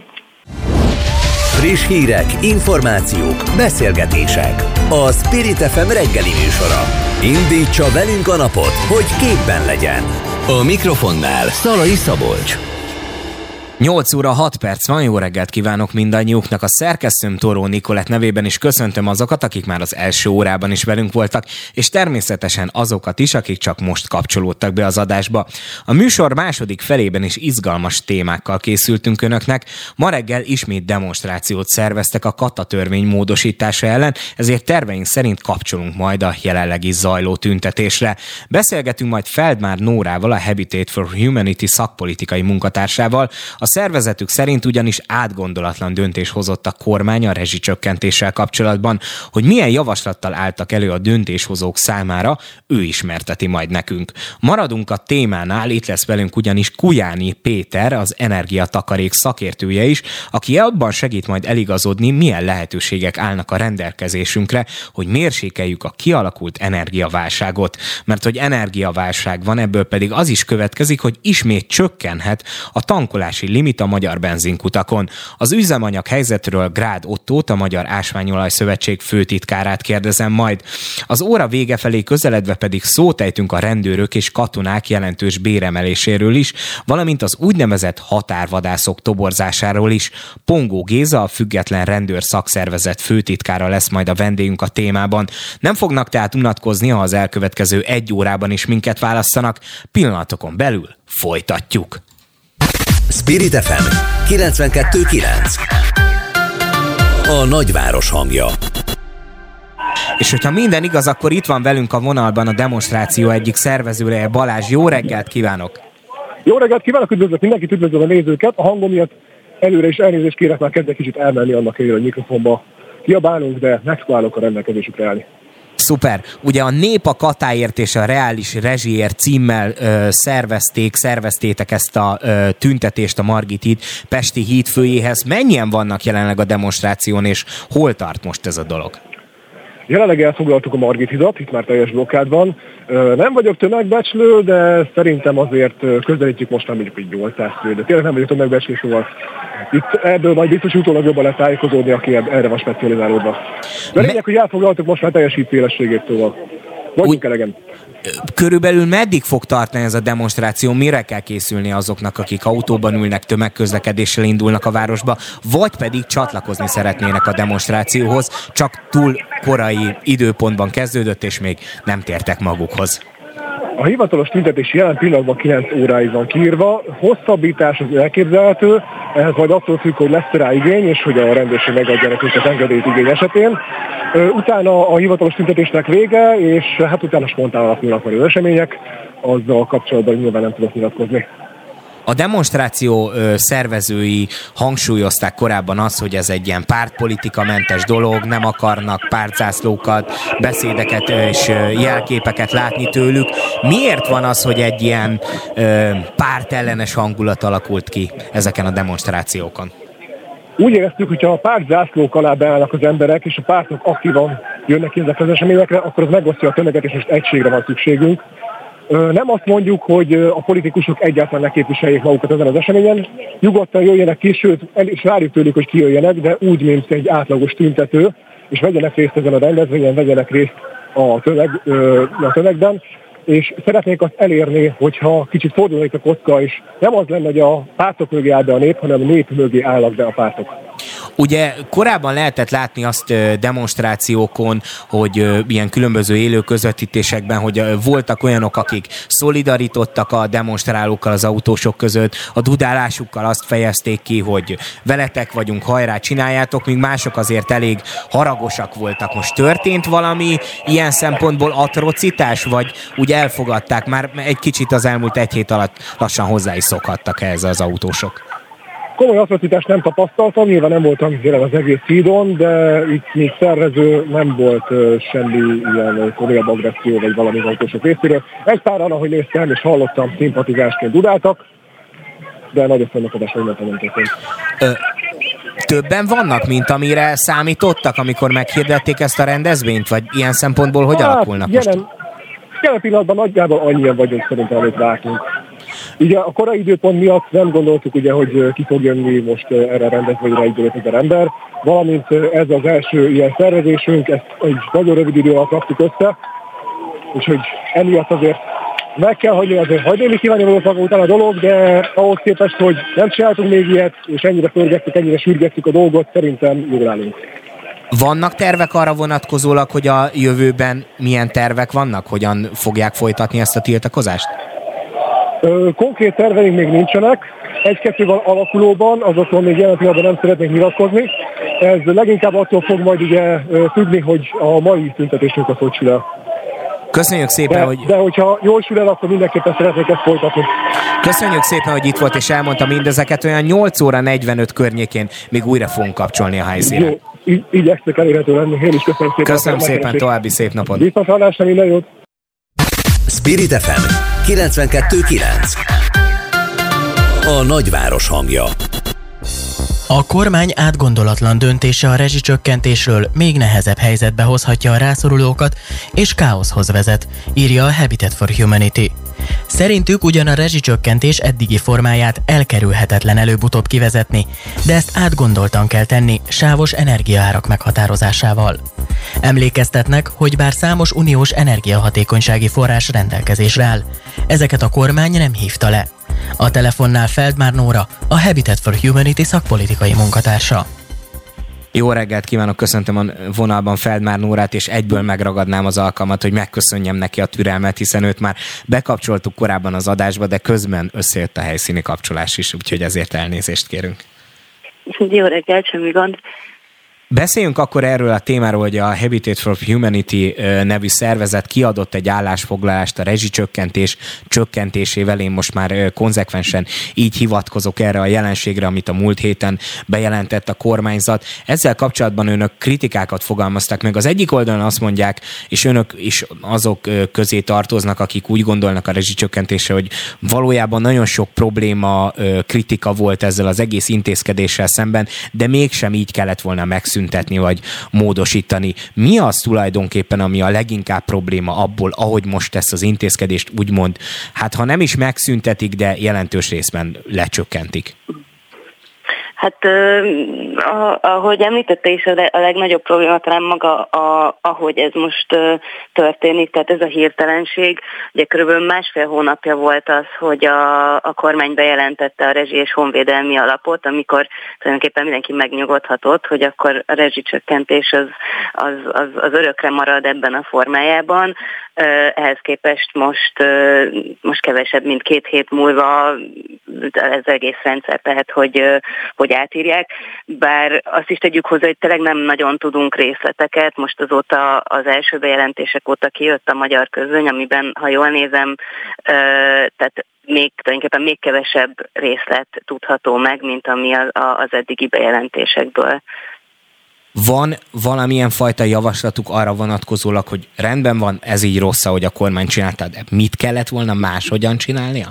Friss hírek, információk, beszélgetések. A Spirit FM reggeli műsora. Indítsa velünk a napot, hogy képben legyen. A mikrofonnál Szalai Szabolcs. 8 óra 6 perc van, jó reggelt kívánok mindannyiuknak. A szerkesztőm Toró Nikolett nevében is köszöntöm azokat, akik már az első órában is velünk voltak, és természetesen azokat is, akik csak most kapcsolódtak be az adásba. A műsor második felében is izgalmas témákkal készültünk önöknek. Ma reggel ismét demonstrációt szerveztek a kata törvény módosítása ellen, ezért terveink szerint kapcsolunk majd a jelenlegi zajló tüntetésre. Beszélgetünk majd Feldmár Nórával, a Habitat for Humanity szakpolitikai munkatársával, a Szervezetük szerint ugyanis átgondolatlan döntés hozott a kormány a rezsicsökkentéssel kapcsolatban, hogy milyen javaslattal álltak elő a döntéshozók számára, ő ismerteti majd nekünk. Maradunk a témánál, itt lesz velünk ugyanis Kujáni Péter, az energiatakarék szakértője is, aki abban segít majd eligazodni, milyen lehetőségek állnak a rendelkezésünkre, hogy mérsékeljük a kialakult energiaválságot. Mert hogy energiaválság van, ebből pedig az is következik, hogy ismét csökkenhet a tankolási limit a magyar benzinkutakon. Az üzemanyag helyzetről Grád Ottót, a Magyar Ásványolaj Szövetség főtitkárát kérdezem majd. Az óra vége felé közeledve pedig szót ejtünk a rendőrök és katonák jelentős béremeléséről is, valamint az úgynevezett határvadászok toborzásáról is. Pongó Géza, a Független Rendőr Szakszervezet főtitkára lesz majd a vendégünk a témában. Nem fognak tehát unatkozni, ha az elkövetkező 1 órában is minket válasszanak. Pillanatokon belül folytatjuk. Spirit FM 92.9. A nagyváros hangja. És hogyha minden igaz, akkor itt van velünk a vonalban a demonstráció egyik szervezője, Balázs. Jó reggelt kívánok! Jó reggelt kívánok, üdvözlök mindenkit, üdvözlöm a nézőket. A hangom miatt előre is elnézést kérek, már kezdek kicsit elmenni annak helyére, hogy mikrofonba kiabálunk, de megpróbálok a rendelkezésükre állni. Szuper. Ugye a Nép a Katáért és a Reális Rezsiért címmel szerveztétek ezt a tüntetést a Margit híd Pesti hídfőjéhez. Mennyien vannak jelenleg a demonstráción, és hol tart most ez a dolog? Jelenleg elfoglaltuk a Margit hidat, itt már teljes blokkád van. Nem vagyok tömegbecslő, de szerintem azért közelítjük most már mondjuk egy 800 fő, de tényleg nem vagyok tömegbecslő, szóval itt ebből majd biztos utólag jobban lehet tájékozódni, aki erre van specializálódva. De lényeg, hogy elfoglaltuk most már teljes hídszélességét, szóval vagyunk elegen. Körülbelül meddig fog tartani ez a demonstráció? Mire kell készülni azoknak, akik autóban ülnek, tömegközlekedéssel indulnak a városba, vagy pedig csatlakozni szeretnének a demonstrációhoz, csak túl korai időpontban kezdődött, és még nem tértek magukhoz? A hivatalos tüntetés jelen pillanatban 9 óráig van kiírva, hosszabbítás az elképzelhető, ehhez majd attól függ, hogy lesz rá igény, és hogy a rendőrség megadja nekünk az engedélyt igény esetén. Utána a hivatalos tüntetésnek vége, és hát utána spontán alakulnak majd az események, azzal kapcsolatban nyilván nem tudok nyilatkozni. A demonstráció szervezői hangsúlyozták korábban azt, hogy ez egy ilyen pártpolitikamentes dolog, nem akarnak pártzászlókat, beszédeket és jelképeket látni tőlük. Miért van az, hogy egy ilyen pártellenes hangulat alakult ki ezeken a demonstrációkon? Úgy éreztük, hogyha a pártzászlók alá beállnak az emberek, és a pártok aktívan jönnek ki ezekre az eseményekre, akkor az megosztja a tömeget, és most egységre van szükségünk. Nem azt mondjuk, hogy a politikusok egyáltalán ne képviseljék magukat ezen az eseményen. Nyugodtan jöjjenek ki, sőt, és várjuk tőlük, hogy kijöjjenek, de úgy, mint egy átlagos tüntető, és vegyenek részt ezen a rendezvényen, vegyenek részt a tömegben, és szeretnék azt elérni, hogyha kicsit fordulnék a kocka, és nem az lenne, hogy a pártok mögé áll be a nép, hanem a nép mögé állnak be a pártok. Ugye korábban lehetett látni azt demonstrációkon, hogy ilyen különböző élő közvetítésekben, hogy voltak olyanok, akik szolidarítottak a demonstrálókkal az autósok között, a dudálásukkal azt fejezték ki, hogy veletek vagyunk, hajrá, csináljátok, míg mások azért elég haragosak voltak. Most történt valami ilyen szempontból atrocitás, vagy úgy elfogadták, már egy kicsit az elmúlt 1 hét alatt lassan hozzá is szokhattak ehhez az autósok? Komoly atrocitást nem tapasztaltam, nyilván nem voltam jelen az egész hídon, de itt még szervező nem volt semmi ilyen komolyabb agresszió vagy valami autósok részéről. Egy páran, ahogy néztem és hallottam, szimpatizásként dudáltak, de nagy összenakadás nem történt. Többen vannak, mint amire számítottak, amikor meghirdették ezt a rendezvényt, vagy ilyen szempontból hogy alakulnak most? Jelen pillanatban nagyjából annyian vagyunk szerintem, amit vártunk. Ugye a korai időpont miatt nem gondoltuk, ugye, hogy ki fog jönni most erre a rendezvényre 1-5 ember, valamint ez az első ilyen szervezésünk, ezt egy nagyon rövid idő alatt raktuk össze, úgyhogy emiatt azért meg kell hagyni, azért hagyni kívánni valószínűleg után a dolog, de ahhoz képest, hogy nem csináltunk még ilyet, és ennyire pörgettük, ennyire sürgettük a dolgot, szerintem jól állunk. Vannak tervek arra vonatkozólag, hogy a jövőben milyen tervek vannak? Hogyan fogják folytatni ezt a tiltakozást? Konkrét terveink még nincsenek. 1-2 van alakulóban, azokról még jelen pillanatban nem szeretnék nyilatkozni. Ez leginkább attól fog majd ugye függni, hogy a mai tüntetésünk az hogy sül el. Köszönjük szépen, de hogyha jól sül el, akkor mindenképpen szeretnék ezt folytatni. Köszönjük szépen, hogy itt volt és elmondta mindezeket. Olyan 8 óra 45 környékén még újra fogunk kapcsolni a helyszínen. Jó, igyekszek elérhető lenni. Én is köszönöm szépen. Köszönöm szépen, további szép napot. Viszontlátásra, minden jót. Spirit FM 92.9. A nagyváros hangja. A kormány átgondolatlan döntése a rezsicsökkentésről még nehezebb helyzetbe hozhatja a rászorulókat, és káoszhoz vezet, írja a Habitat for Humanity. Szerintük ugyan a rezsicsökkentés eddigi formáját elkerülhetetlen előbb-utóbb kivezetni, de ezt átgondoltan kell tenni sávos energiaárak meghatározásával. Emlékeztetnek, hogy bár számos uniós energiahatékonysági forrás rendelkezésre áll, ezeket a kormány nem hívta le. A telefonnál Feldmár Nóra, a Habitat for Humanity szakpolitikai munkatársa. Jó reggelt kívánok, köszöntöm a vonalban Feldmár Nórát, és egyből megragadnám az alkalmat, hogy megköszönjem neki a türelmet, hiszen őt már bekapcsoltuk korábban az adásba, de közben összejött a helyszíni kapcsolás is, úgyhogy ezért elnézést kérünk. Jó reggelt, semmi gond. Beszéljünk akkor erről a témáról, hogy a Habitat for Humanity nevű szervezet kiadott egy állásfoglalást a rezsicsökkentés csökkentésével. Én most már konzekvensen így hivatkozok erre a jelenségre, amit a múlt héten bejelentett a kormányzat. Ezzel kapcsolatban önök kritikákat fogalmaztak meg. Az egyik oldalon azt mondják, és önök is azok közé tartoznak, akik úgy gondolnak a rezsicsökkentésre, hogy valójában nagyon sok probléma, kritika volt ezzel az egész intézkedéssel szemben, de mégsem így kellett volna megszüntetni vagy módosítani. Mi az tulajdonképpen, ami a leginkább probléma abból, ahogy most ezt az intézkedést úgymond, hát ha nem is megszüntetik, de jelentős részben lecsökkentik? Hát ahogy említette is, a legnagyobb probléma talán maga, ahogy ez most történik, tehát ez a hirtelenség. Ugye körülbelül 1,5 hónapja volt az, hogy a kormány bejelentette a rezsi- és honvédelmi alapot, amikor tulajdonképpen mindenki megnyugodhatott, hogy akkor a rezsicsökkentés az örökre marad ebben a formájában. Ehhez képest most kevesebb, mint 2 hét múlva ez egész rendszer tehát, hogy átírják, bár azt is tegyük hozzá, hogy tényleg nem nagyon tudunk részleteket. Most azóta az első bejelentések óta kijött a magyar közöny, amiben, ha jól nézem, tehát tulajdonképpen még kevesebb részlet tudható meg, mint ami az eddigi bejelentésekből. Van valamilyen fajta javaslatuk arra vonatkozólag, hogy rendben van, ez így rossz, ahogy a kormány csinálta, de mit kellett volna máshogyan csinálnia?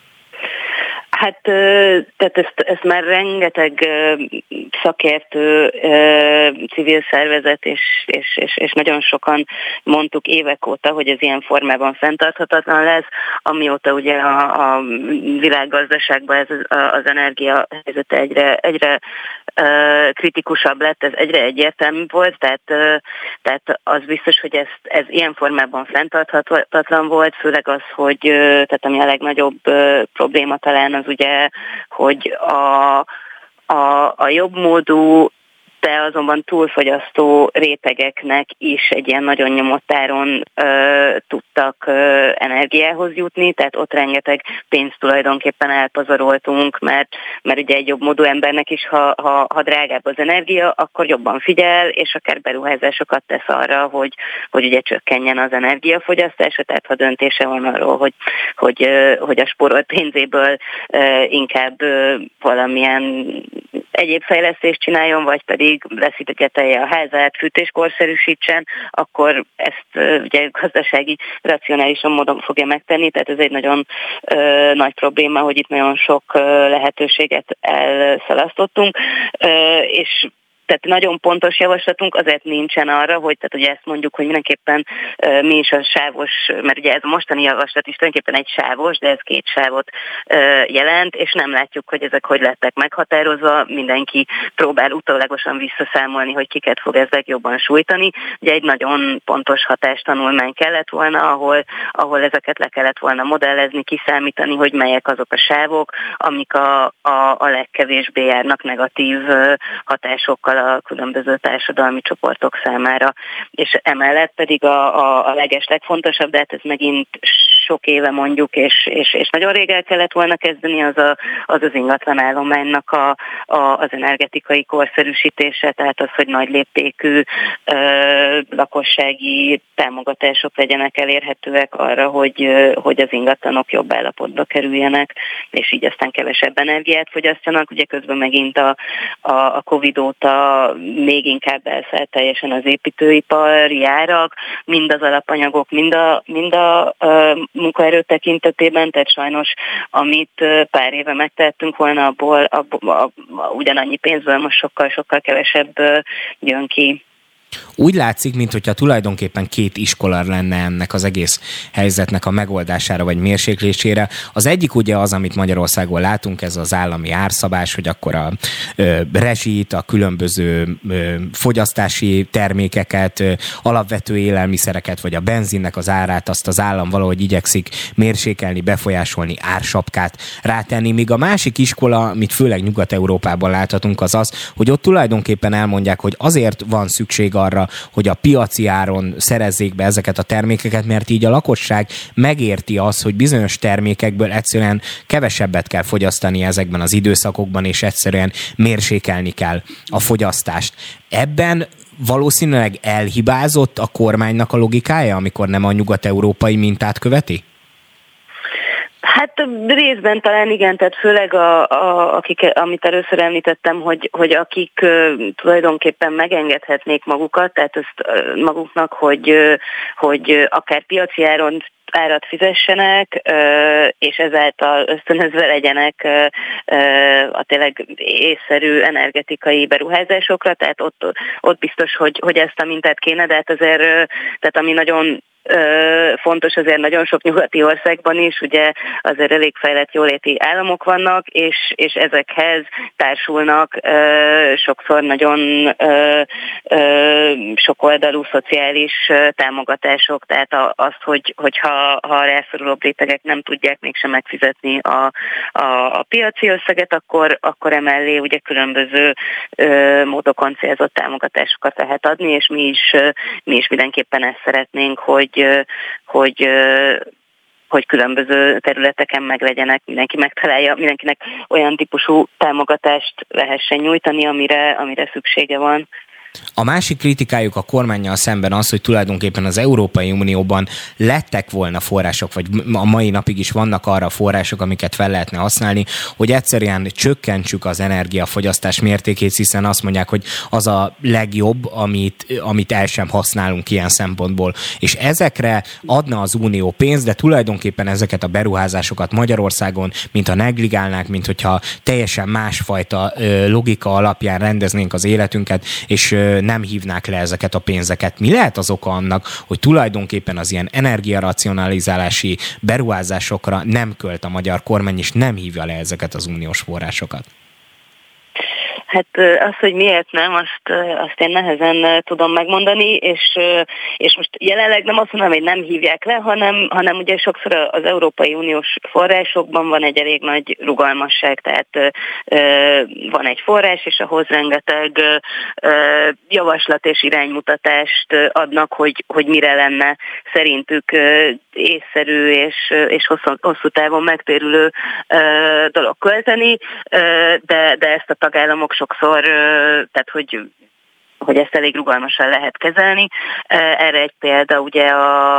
Hát, tehát ezt már rengeteg szakértő, civil szervezet és nagyon sokan mondtuk évek óta, hogy ez ilyen formában fenntarthatatlan lesz, amióta ugye a világgazdaságban ez az energia helyzete egyre kritikusabb lett, ez egyre egyértelműbb volt, tehát az biztos, hogy ez ilyen formában fenntarthatatlan volt, főleg az, hogy tehát ami a legnagyobb probléma talán az ugye, hogy a jobbmódú, de azonban túlfogyasztó rétegeknek is egy ilyen nagyon nyomott áron tudtak energiához jutni, tehát ott rengeteg pénzt tulajdonképpen elpazaroltunk, mert ugye egy jobb módú embernek is, ha drágább az energia, akkor jobban figyel, és akár beruházásokat tesz arra, hogy ugye csökkenjen az energiafogyasztása, tehát ha döntése van arról, hogy a spórolt pénzéből inkább valamilyen egyéb fejlesztést csináljon, vagy pedig leszítetelje a házát, fűtéskorszerűsítsen, akkor ezt ugye gazdasági, racionálisan módon fogja megtenni, tehát ez egy nagyon nagy probléma, hogy itt nagyon sok lehetőséget elszalasztottunk, és tehát nagyon pontos javaslatunk azért nincsen arra, hogy tehát ugye ezt mondjuk, hogy mindenképpen mi is a sávos, mert ugye ez a mostani javaslat is tulajdonképpen egy sávos, de ez 2 sávot jelent, és nem látjuk, hogy ezek hogy lettek meghatározva. Mindenki próbál utólagosan visszaszámolni, hogy kiket fog ez legjobban sújtani. Ugye egy nagyon pontos hatástanulmány kellett volna, ahol ezeket le kellett volna modellezni, kiszámítani, hogy melyek azok a sávok, amik a legkevésbé járnak negatív hatásokkal a különböző társadalmi csoportok számára. És emellett pedig a legfontosabb, de hát ez megint sok éve mondjuk, és nagyon rég el kellett volna kezdeni, az ingatlan állománynak az energetikai korszerűsítése, tehát az, hogy nagy léptékű lakossági támogatások legyenek elérhetőek arra, hogy az ingatlanok jobb állapotba kerüljenek, és így aztán kevesebb energiát fogyasztanak. Ugye közben megint a Covid óta még inkább elszállt teljesen az építőipari árak, mind az alapanyagok, mind a munkaerő tekintetében, tehát sajnos amit pár éve megtettünk volna, abból ugyanannyi pénzből most sokkal kevesebb jön ki. Úgy látszik, mintha tulajdonképpen két iskola lenne ennek az egész helyzetnek a megoldására vagy mérséklésére. Az egyik ugye az, amit Magyarországon látunk, ez az állami árszabás, hogy akkor a rezsit, a különböző fogyasztási termékeket, alapvető élelmiszereket, vagy a benzinnek az árát, azt az állam valahogy igyekszik mérsékelni, befolyásolni, ársapkát rátenni. Míg a másik iskola, amit főleg Nyugat-Európában láthatunk, az az, hogy ott tulajdonképpen elmondják, hogy azért van szükség arra, hogy a piaci áron szerezzék be ezeket a termékeket, mert így a lakosság megérti azt, hogy bizonyos termékekből egyszerűen kevesebbet kell fogyasztani ezekben az időszakokban, és egyszerűen mérsékelni kell a fogyasztást. Ebben valószínűleg elhibázott a kormánynak a logikája, amikor nem a nyugat-európai mintát követi? Hát részben talán igen, tehát főleg akik, amit először említettem, hogy akik tulajdonképpen megengedhetnék magukat, tehát ezt maguknak, hogy akár piaci árat fizessenek, és ezáltal ösztönözve legyenek a tényleg észszerű energetikai beruházásokra, tehát ott biztos, hogy ezt a mintát kéne, de hát azért, tehát ami nagyon fontos, azért nagyon sok nyugati országban is, ugye azért elég fejlett jóléti államok vannak, és ezekhez társulnak sokszor nagyon sokoldalú szociális támogatások, tehát azt, hogyha a rászorulóbb rétegek nem tudják mégsem megfizetni a piaci összeget, akkor emellé ugye különböző módokon célzott támogatásokat lehet adni, és mi is mindenképpen ezt szeretnénk, hogy különböző területeken meglegyenek, mindenki megtalálja, mindenkinek olyan típusú támogatást lehessen nyújtani, amire szüksége van. A másik kritikájuk a kormánnyal szemben az, hogy tulajdonképpen az Európai Unióban lettek volna források, vagy a mai napig is vannak arra források, amiket fel lehetne használni, hogy egyszerűen csökkentsük az energiafogyasztás mértékét, hiszen azt mondják, hogy az a legjobb, amit el sem használunk ilyen szempontból. És ezekre adna az Unió pénzt, de tulajdonképpen ezeket a beruházásokat Magyarországon, mintha negligálnák, mint hogyha teljesen másfajta logika alapján rendeznénk az életünket, és nem hívnák le ezeket a pénzeket. Mi lehet az oka annak, hogy tulajdonképpen az ilyen energiaracionalizálási beruházásokra nem költ a magyar kormány, és nem hívja le ezeket az uniós forrásokat? Hát az, hogy miért nem, azt én nehezen tudom megmondani, és most jelenleg nem azt mondom, hogy nem hívják le, hanem ugye sokszor az Európai Uniós forrásokban van egy elég nagy rugalmasság, tehát van egy forrás, és ahhoz rengeteg javaslat és iránymutatást adnak, hogy mire lenne szerintük észszerű és hosszú távon megtérülő dolog költeni, de ezt a tagállamok sokszor, tehát hogy ezt elég rugalmasan lehet kezelni. Erre egy példa ugye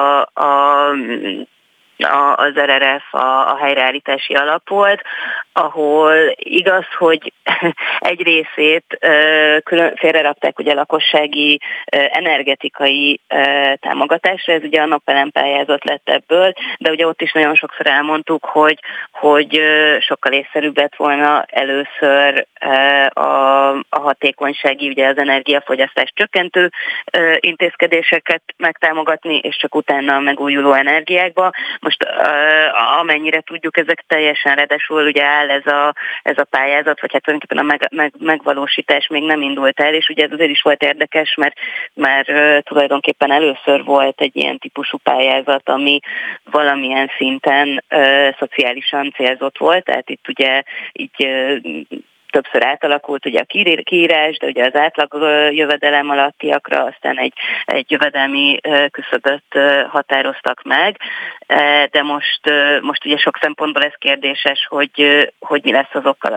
az RRF, a helyreállítási alap volt, ahol igaz, hogy egy részét félrerakták ugye lakossági energetikai támogatásra, ez ugye a napelem pályázat lett ebből, de ugye ott is nagyon sokszor elmondtuk, hogy sokkal észszerűbb lett volna először a hatékonysági, ugye az energiafogyasztás csökkentő intézkedéseket megtámogatni, és csak utána a megújuló energiákba. Most amennyire tudjuk, ezek teljesen redesül, ugye áll ez a pályázat, vagy hát tulajdonképpen a megvalósítás még nem indult el, és ugye ez azért is volt érdekes, mert tulajdonképpen először volt egy ilyen típusú pályázat, ami valamilyen szinten szociálisan célzott volt, tehát itt ugye így többször átalakult ugye a kiírás, de ugye az átlag jövedelem alattiakra aztán egy jövedelmi küszöböt határoztak meg, de most ugye sok szempontból ez kérdéses, hogy mi lesz azokkal,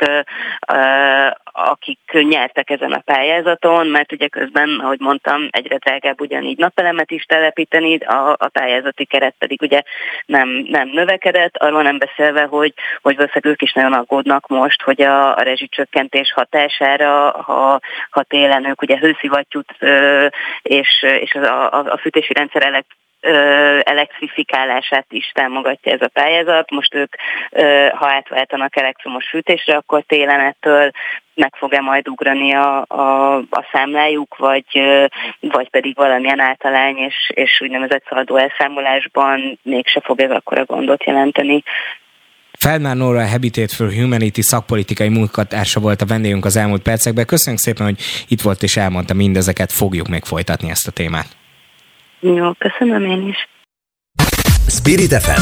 akik nyertek ezen a pályázaton, mert ugye közben, ahogy mondtam, egyre drágább ugyanígy napelemet is telepíteni, a pályázati keret pedig ugye nem növekedett, arról nem beszélve, hogy valószínűleg ők is nagyon aggódnak most, hogy a rezsicsökkentés hatására, ha télen ők ugye hőszivattyút és a fűtési rendszer elektrifikálását is támogatja ez a pályázat. Most ők, ha átváltanak elektromos fűtésre, akkor télen ettől meg fog-e majd ugrani a számlájuk, vagy pedig valamilyen általány és úgynevezett szaladó elszámolásban mégse fog ez akkora gondot jelenteni. Feldman Nóra, a Habitat for Humanity szakpolitikai munkatársa volt a vendégünk az elmúlt percekben. Köszönjük szépen, hogy itt volt és elmondta mindezeket, fogjuk még folytatni ezt a témát. Jó, köszönöm én is. Spirit FM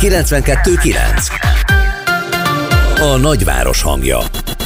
92.9. A nagyváros hangja.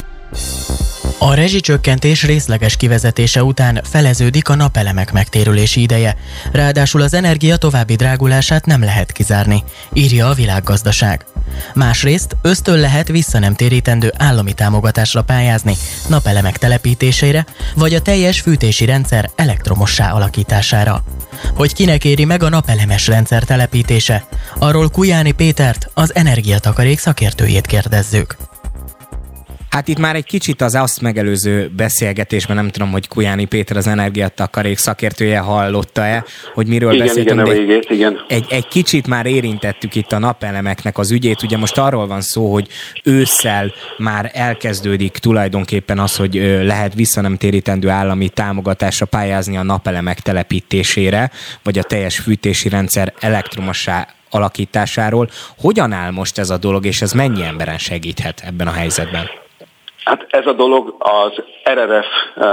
A rezsicsökkentés részleges kivezetése után feleződik a napelemek megtérülési ideje, ráadásul az energia további drágulását nem lehet kizárni, írja a Világgazdaság. Másrészt ösztön lehet vissza nem térítendő állami támogatásra pályázni, napelemek telepítésére, vagy a teljes fűtési rendszer elektromossá alakítására. Hogy kinek éri meg a napelemes rendszer telepítése, arról Kujáni Pétert, az energiatakarék szakértőjét kérdezzük. Hát itt már egy kicsit az azt megelőző beszélgetésben, nem tudom, hogy Kujáni Péter, az energiatakarék szakértője hallotta-e, hogy miről beszéltünk. Igen. Egy kicsit már érintettük itt a napelemeknek az ügyét. Ugye most arról van szó, hogy ősszel már elkezdődik tulajdonképpen az, hogy lehet vissza nem térítendő állami támogatásra pályázni a napelemek telepítésére, vagy a teljes fűtési rendszer elektromossá alakításáról. Hogyan áll most ez a dolog, és ez mennyi emberen segíthet ebben a helyzetben? Hát ez a dolog az RRF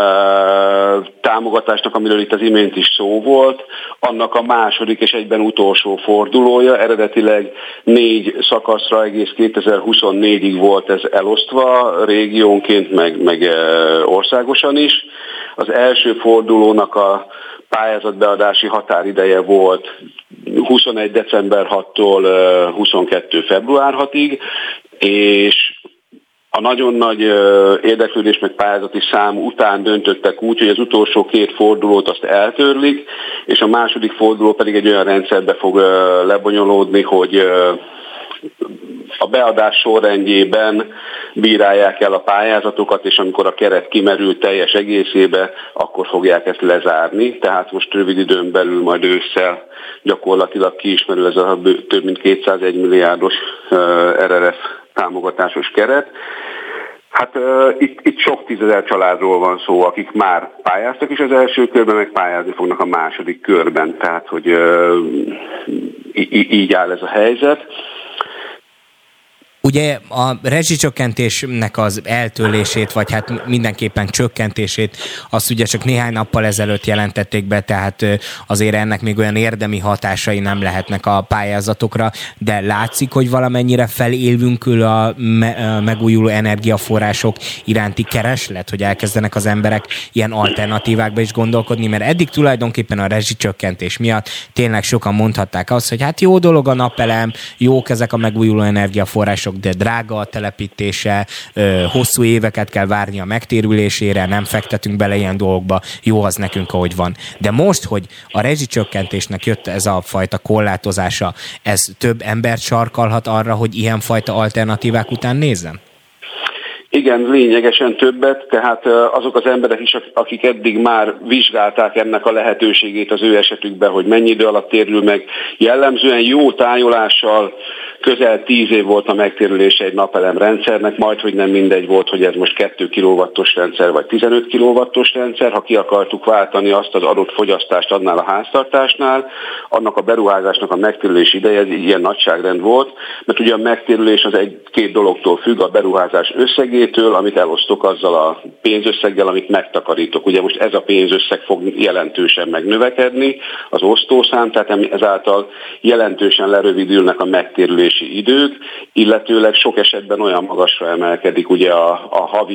támogatásnak, amiről itt az imént is szó volt, annak a második és egyben utolsó fordulója. Eredetileg 4 szakaszra egész 2024-ig volt ez elosztva, régiónként, meg országosan is. Az első fordulónak a pályázatbeadási határideje volt 21. december 6-tól 22. február 6-ig, és a nagyon nagy érdeklődés meg pályázati szám után döntöttek úgy, hogy az utolsó 2 fordulót azt eltörlik, és a második forduló pedig egy olyan rendszerbe fog lebonyolódni, hogy a beadás sorrendjében bírálják el a pályázatokat, és amikor a keret kimerül teljes egészébe, akkor fogják ezt lezárni. Tehát most rövid időn belül, majd ősszel gyakorlatilag kiismerül ez a több mint 201 milliárdos RRF támogatásos keret. Hát itt sok tízezer családról van szó, akik már pályáztak is az első körben, meg pályázni fognak a második körben. Tehát, hogy így áll ez a helyzet. Ugye a rezsicsökkentésnek az eltörlését, vagy hát mindenképpen csökkentését, azt ugye csak néhány nappal ezelőtt jelentették be, tehát azért ennek még olyan érdemi hatásai nem lehetnek a pályázatokra, de látszik, hogy valamennyire felélvünkül a megújuló energiaforrások iránti kereslet, hogy elkezdenek az emberek ilyen alternatívákba is gondolkodni, mert eddig tulajdonképpen a rezsicsökkentés miatt tényleg sokan mondhatták azt, hogy hát jó dolog a napelem, jók ezek a megújuló energiaforrások, de drága a telepítése, hosszú éveket kell várni a megtérülésére, nem fektetünk bele ilyen dolgokba, jó az nekünk, ahogy van. De most, hogy a rezsicsökkentésnek jött ez a fajta korlátozása, ez több embert sarkalhat arra, hogy ilyenfajta alternatívák után nézzen? Igen, lényegesen többet, tehát azok az emberek is, akik eddig már vizsgálták ennek a lehetőségét az ő esetükben, hogy mennyi idő alatt térül meg, jellemzően jó tájolással közel 10 év volt a megtérülése egy napelem rendszernek, majd hogy nem mindegy volt, hogy ez most 2 kW-os rendszer vagy 15 kW-os rendszer, ha ki akartuk váltani azt az adott fogyasztást annál a háztartásnál, annak a beruházásnak a megtérülési ideje ez ilyen nagyságrend volt, mert ugye a megtérülés az 1-2 dologtól függ, a beruházás összegétől, amit elosztok azzal a pénzösszeggel, amit megtakarítok. Ugye most ez a pénzösszeg fog jelentősen megnövekedni, az osztószám, tehát ezáltal jelentősen lerövidülnek a megtérülési idők, illetőleg sok esetben olyan magasra emelkedik ugye a havi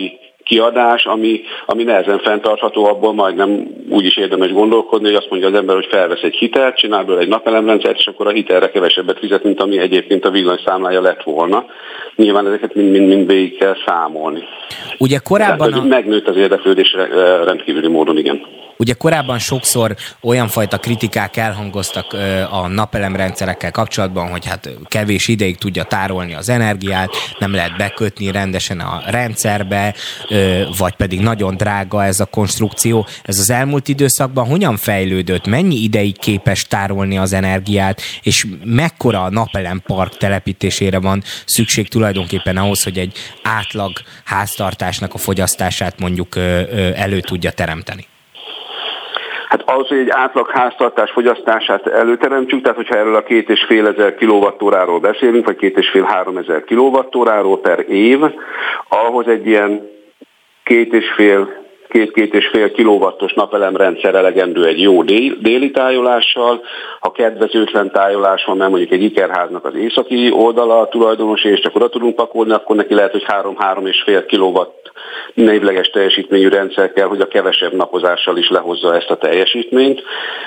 kiadás, ami nehezen fenntartható, abból majdnem úgy is érdemes gondolkodni, hogy azt mondja az ember, hogy felvesz egy hitelt, csinál belőle egy napelemrendszert, és akkor a hitelre kevesebbet fizet, mint ami egyébként a villanyszámlája lett volna. Nyilván ezeket mind végig kell számolni. Ugye korábban megnőtt az érdeklődés rendkívüli módon, igen. Ugye korábban sokszor olyan fajta kritikák elhangoztak a napelemrendszerekkel kapcsolatban, hogy hát kevés ideig tudja tárolni az energiát, nem lehet bekötni rendesen a rendszerbe, vagy pedig nagyon drága ez a konstrukció. Ez az elmúlt időszakban hogyan fejlődött? Mennyi ideig képes tárolni az energiát, és mekkora a napelempark telepítésére van szükség tulajdonképpen ahhoz, hogy egy átlag háztartásnak a fogyasztását mondjuk elő tudja teremteni? Hát ahhoz, hogy egy átlag háztartás fogyasztását előteremtsük, tehát hogyha erről a 2500 kWh-ról beszélünk, vagy 2500-3000 kWh per év, ahhoz egy ilyen 2,5 kilowattos napelemrendszer elegendő egy jó déli tájolással. Ha kedvezőtlen tájolás van, mert mondjuk egy ikerháznak az északi oldala a tulajdonos, és csak oda tudunk pakolni, akkor neki lehet, hogy 3-3,5 kilowatt névleges teljesítményű rendszer kell, hogy a kevesebb napozással is lehozza ezt a teljesítményt.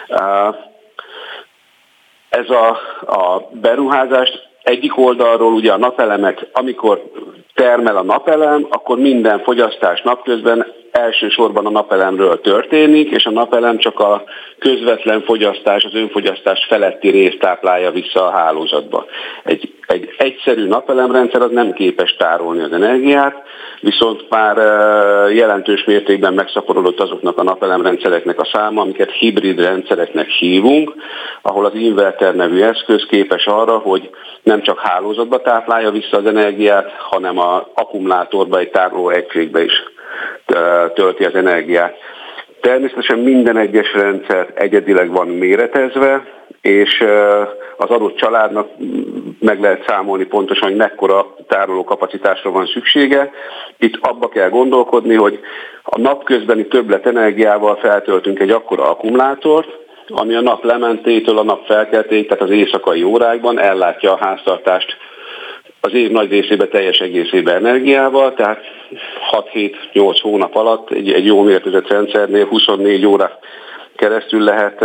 Ez a beruházást egyik oldalról ugye a napelemek, amikor termel a napelem, akkor minden fogyasztás napközben elsősorban a napelemről történik, és a napelem csak a közvetlen fogyasztás, az önfogyasztás feletti részt táplálja vissza a hálózatba. Egy egyszerű napelemrendszer az nem képes tárolni az energiát, viszont már jelentős mértékben megszaporodott azoknak a napelemrendszereknek a száma, amiket hibrid rendszereknek hívunk, ahol az inverter nevű eszköz képes arra, hogy nem csak hálózatba táplálja vissza az energiát, hanem az akkumulátorba, egy tároló egységbe is tölti az energiát. Természetesen minden egyes rendszer egyedileg van méretezve, és az adott családnak meg lehet számolni pontosan, hogy mekkora tárolókapacitásra van szüksége. Itt abba kell gondolkodni, hogy a napközbeni többlet energiával feltöltünk egy akkora akkumulátort, ami a nap lementétől a nap felkeltéig, tehát az éjszakai órákban ellátja a háztartást az év nagy részében teljes egészében energiával, tehát 6-7-8 hónap alatt egy jó méretezett rendszernél 24 óra keresztül lehet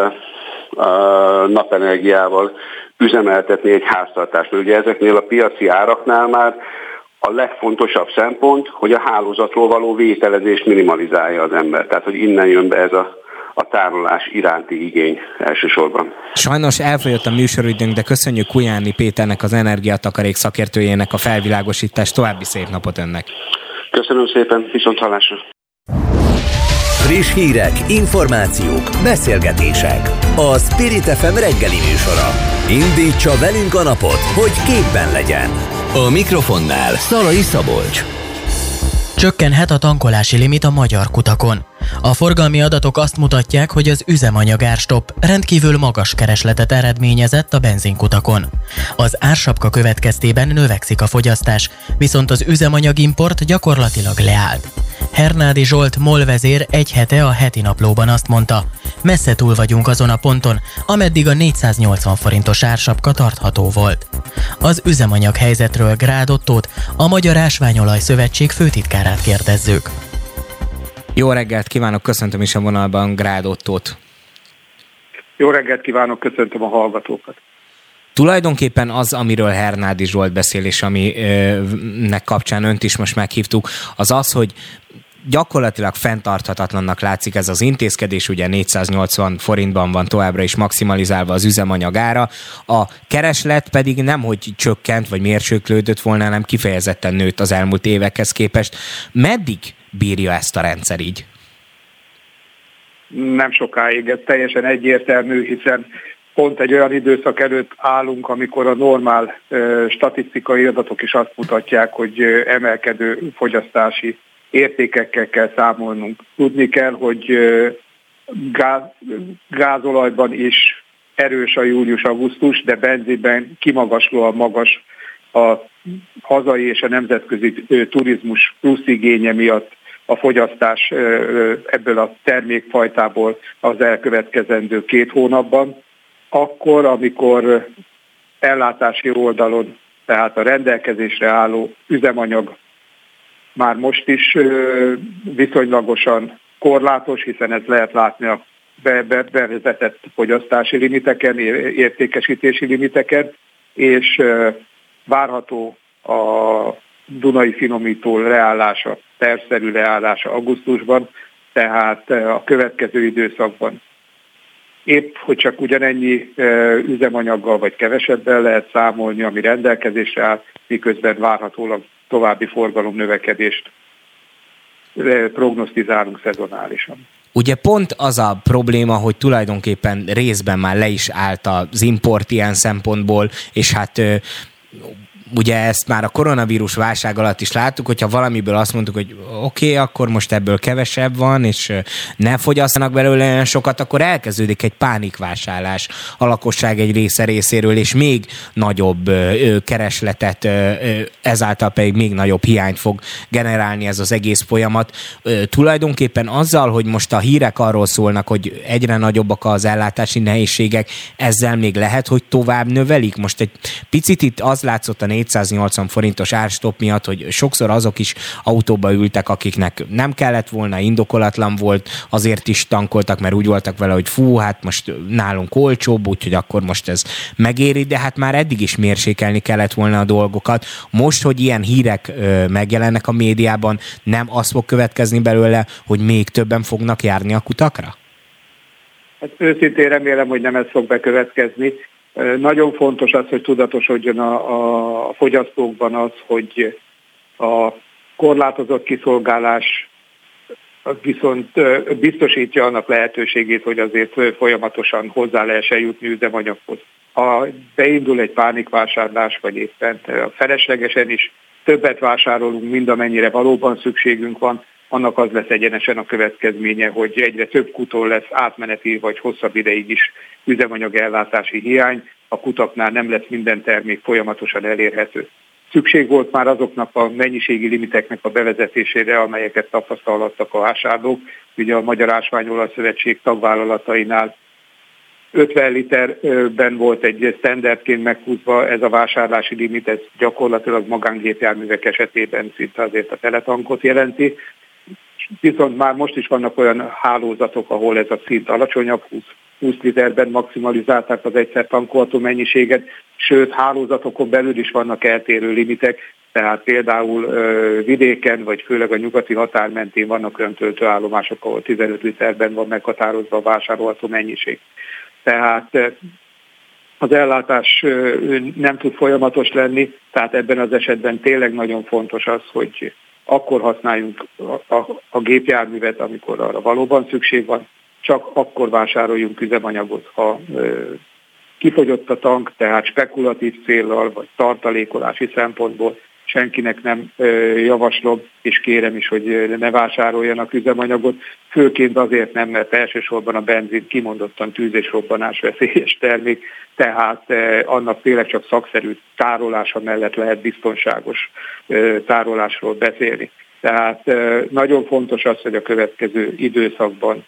napenergiával üzemeltetni egy háztartást. Ugye ezeknél a piaci áraknál már a legfontosabb szempont, hogy a hálózatról való vételezést minimalizálja az ember. Tehát, hogy innen jön be ez a tárolás iránti igény elsősorban. Sajnos elfogyott a műsoridőnk, de köszönjük Kujányi Péternek, az energiatakarék szakértőjének a felvilágosítást. További szép napot önnek! Köszönöm szépen, viszonthallásra! Friss hírek, információk, beszélgetések. A Spirit FM reggeli műsora. Indítsa velünk a napot, hogy képben legyen. A mikrofonnál Szalai Szabolcs. Csökkenhet a tankolási limit a magyar kutakon. A forgalmi adatok azt mutatják, hogy az üzemanyag árstopp rendkívül magas keresletet eredményezett a benzinkutakon. Az ársapka következtében növekszik a fogyasztás, viszont az üzemanyagimport gyakorlatilag leállt. Hernádi Zsolt MOL vezér egy hete a Heti Naplóban azt mondta, messze túl vagyunk azon a ponton, ameddig a 480 forintos ársapka tartható volt. Az üzemanyag helyzetről Grád Ottót, a Magyar Ásványolaj Szövetség főtitkárát kérdezzük. Jó reggelt kívánok, köszöntöm is a vonalban Grád Ottót. Jó reggelt kívánok, köszöntöm a hallgatókat. Tulajdonképpen az, amiről Hernádi Zsolt beszél, és aminek kapcsán önt is most meghívtuk, az, hogy gyakorlatilag fenntarthatatlannak látszik ez az intézkedés, ugye 480 forintban van továbbra is maximalizálva az üzemanyag ára, a kereslet pedig nemhogy csökkent, vagy mérséklődött volna, hanem kifejezetten nőtt az elmúlt évekhez képest. Meddig bírja ezt a rendszer így? Nem sokáig, ez teljesen egyértelmű, hiszen pont egy olyan időszak előtt állunk, amikor a normál statisztikai adatok is azt mutatják, hogy emelkedő fogyasztási értékekkel kell számolnunk. Tudni kell, hogy gázolajban is erős a július-augusztus, de benzinben kimagaslóan magas a hazai és a nemzetközi turizmus plusz igénye miatt a fogyasztás ebből a termékfajtából az elkövetkezendő 2 hónapban. Akkor, amikor ellátási oldalon, tehát a rendelkezésre álló üzemanyag már most is viszonylagosan korlátos, hiszen ez lehet látni a bevezetett fogyasztási limiteken, értékesítési limiteken, és várható a Dunai finomító leállása, tervszerű leállása augusztusban, tehát a következő időszakban. Épp, hogy csak ugyanennyi üzemanyaggal vagy kevesebbel lehet számolni, ami rendelkezésre áll, miközben várhatólag további forgalomnövekedést prognosztizálunk szezonálisan. Ugye pont az a probléma, hogy tulajdonképpen részben már le is állt az import ilyen szempontból, és hát ugye ezt már a koronavírus válság alatt is láttuk, hogyha valamiből azt mondtuk, hogy oké, akkor most ebből kevesebb van, és ne fogyasztanak belőle olyan sokat, akkor elkezdődik egy pánikvásárlás a lakosság egy része részéről, és még nagyobb keresletet, ezáltal pedig még nagyobb hiányt fog generálni ez az egész folyamat. Tulajdonképpen azzal, hogy most a hírek arról szólnak, hogy egyre nagyobbak az ellátási nehézségek, ezzel még lehet, hogy tovább növelik. Most egy picit itt az látszott a 480 forintos árstopp miatt, hogy sokszor azok is autóba ültek, akiknek nem kellett volna, indokolatlan volt, azért is tankoltak, mert úgy voltak vele, hogy fú, hát most nálunk olcsóbb, úgyhogy akkor most ez megéri, de hát már eddig is mérsékelni kellett volna a dolgokat. Most, hogy ilyen hírek megjelennek a médiában, nem az fog következni belőle, hogy még többen fognak járni a kutakra? Hát őszintén remélem, hogy nem ez fog bekövetkezni. Nagyon fontos az, hogy tudatosodjon a fogyasztókban az, hogy a korlátozott kiszolgálás viszont biztosítja annak lehetőségét, hogy azért folyamatosan hozzá lehessen jutni üzemanyaghoz. Ha beindul egy pánikvásárlás, vagy éppen feleslegesen is többet vásárolunk, mint amennyire valóban szükségünk van, annak az lesz egyenesen a következménye, hogy egyre több kutól lesz átmeneti vagy hosszabb ideig is üzemanyagellátási hiány, a kutaknál nem lesz minden termék folyamatosan elérhető. Szükség volt már azoknak a mennyiségi limiteknek a bevezetésére, amelyeket tapasztalhattak a vásárlók. Ugye a Magyar Ásványolaj Szövetség tagvállalatainál 50 literben volt egy standardként meghúzva ez a vásárlási limit, ez gyakorlatilag magángépjárművek esetében szinte azért a teletankot jelenti. Viszont már most is vannak olyan hálózatok, ahol ez a szint alacsonyabb, 20 literben maximalizálták az egyszer tankolható mennyiséget, sőt hálózatokon belül is vannak eltérő limitek, tehát például vidéken, vagy főleg a nyugati határ mentén vannak olyan töltőállomások, ahol 15 literben van meghatározva a vásárolható mennyiség. Tehát az ellátás nem tud folyamatos lenni, tehát ebben az esetben tényleg nagyon fontos az, hogy akkor használjunk a gépjárművet, amikor arra valóban szükség van, csak akkor vásároljunk üzemanyagot, ha kifogyott a tank, tehát spekulatív céllal vagy tartalékolási szempontból senkinek nem javaslom, és kérem is, hogy ne vásároljanak üzemanyagot, főként azért nem, mert elsősorban a benzin kimondottan tűz- és robbanás veszélyes termék, tehát annak tényleg csak szakszerű tárolása mellett lehet biztonságos tárolásról beszélni. Tehát nagyon fontos az, hogy a következő időszakban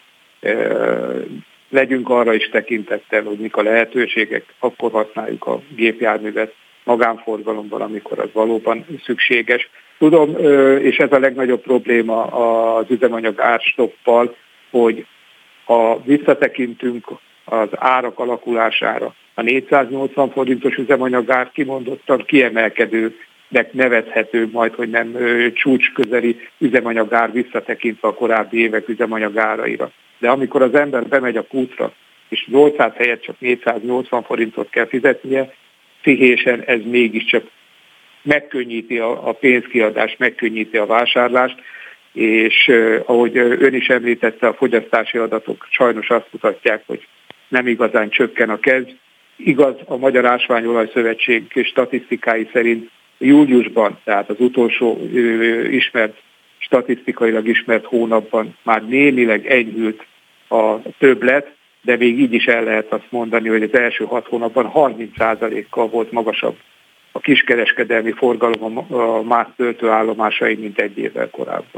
legyünk arra is tekintettel, hogy mik a lehetőségek, akkor használjuk a gépjárművet magánforgalomban, amikor az valóban szükséges. Tudom, és ez a legnagyobb probléma az üzemanyag árstoppal, hogy ha visszatekintünk az árak alakulására, a 480 forintos üzemanyagár kimondottan kiemelkedőnek nevezhető, majd hogy nem csúcsközeli üzemanyagár visszatekintve a korábbi évek üzemanyagáraira. De amikor az ember bemegy a kútra, és 800 helyett csak 480 forintot kell fizetnie, pszichésen ez mégiscsak megkönnyíti a pénzkiadást, megkönnyíti a vásárlást, és ahogy ön is említette, a fogyasztási adatok sajnos azt mutatják, hogy nem igazán csökken a kedv. Igaz, a Magyar Ásványolaj Szövetség statisztikái szerint júliusban, tehát az utolsó statisztikailag ismert hónapban már némileg enyhült a többlet, de még így is el lehet azt mondani, hogy az első 6 hónapban 30%-kal volt magasabb a kiskereskedelmi forgalom a MÁV töltőállomásai, mint egy évvel korábban.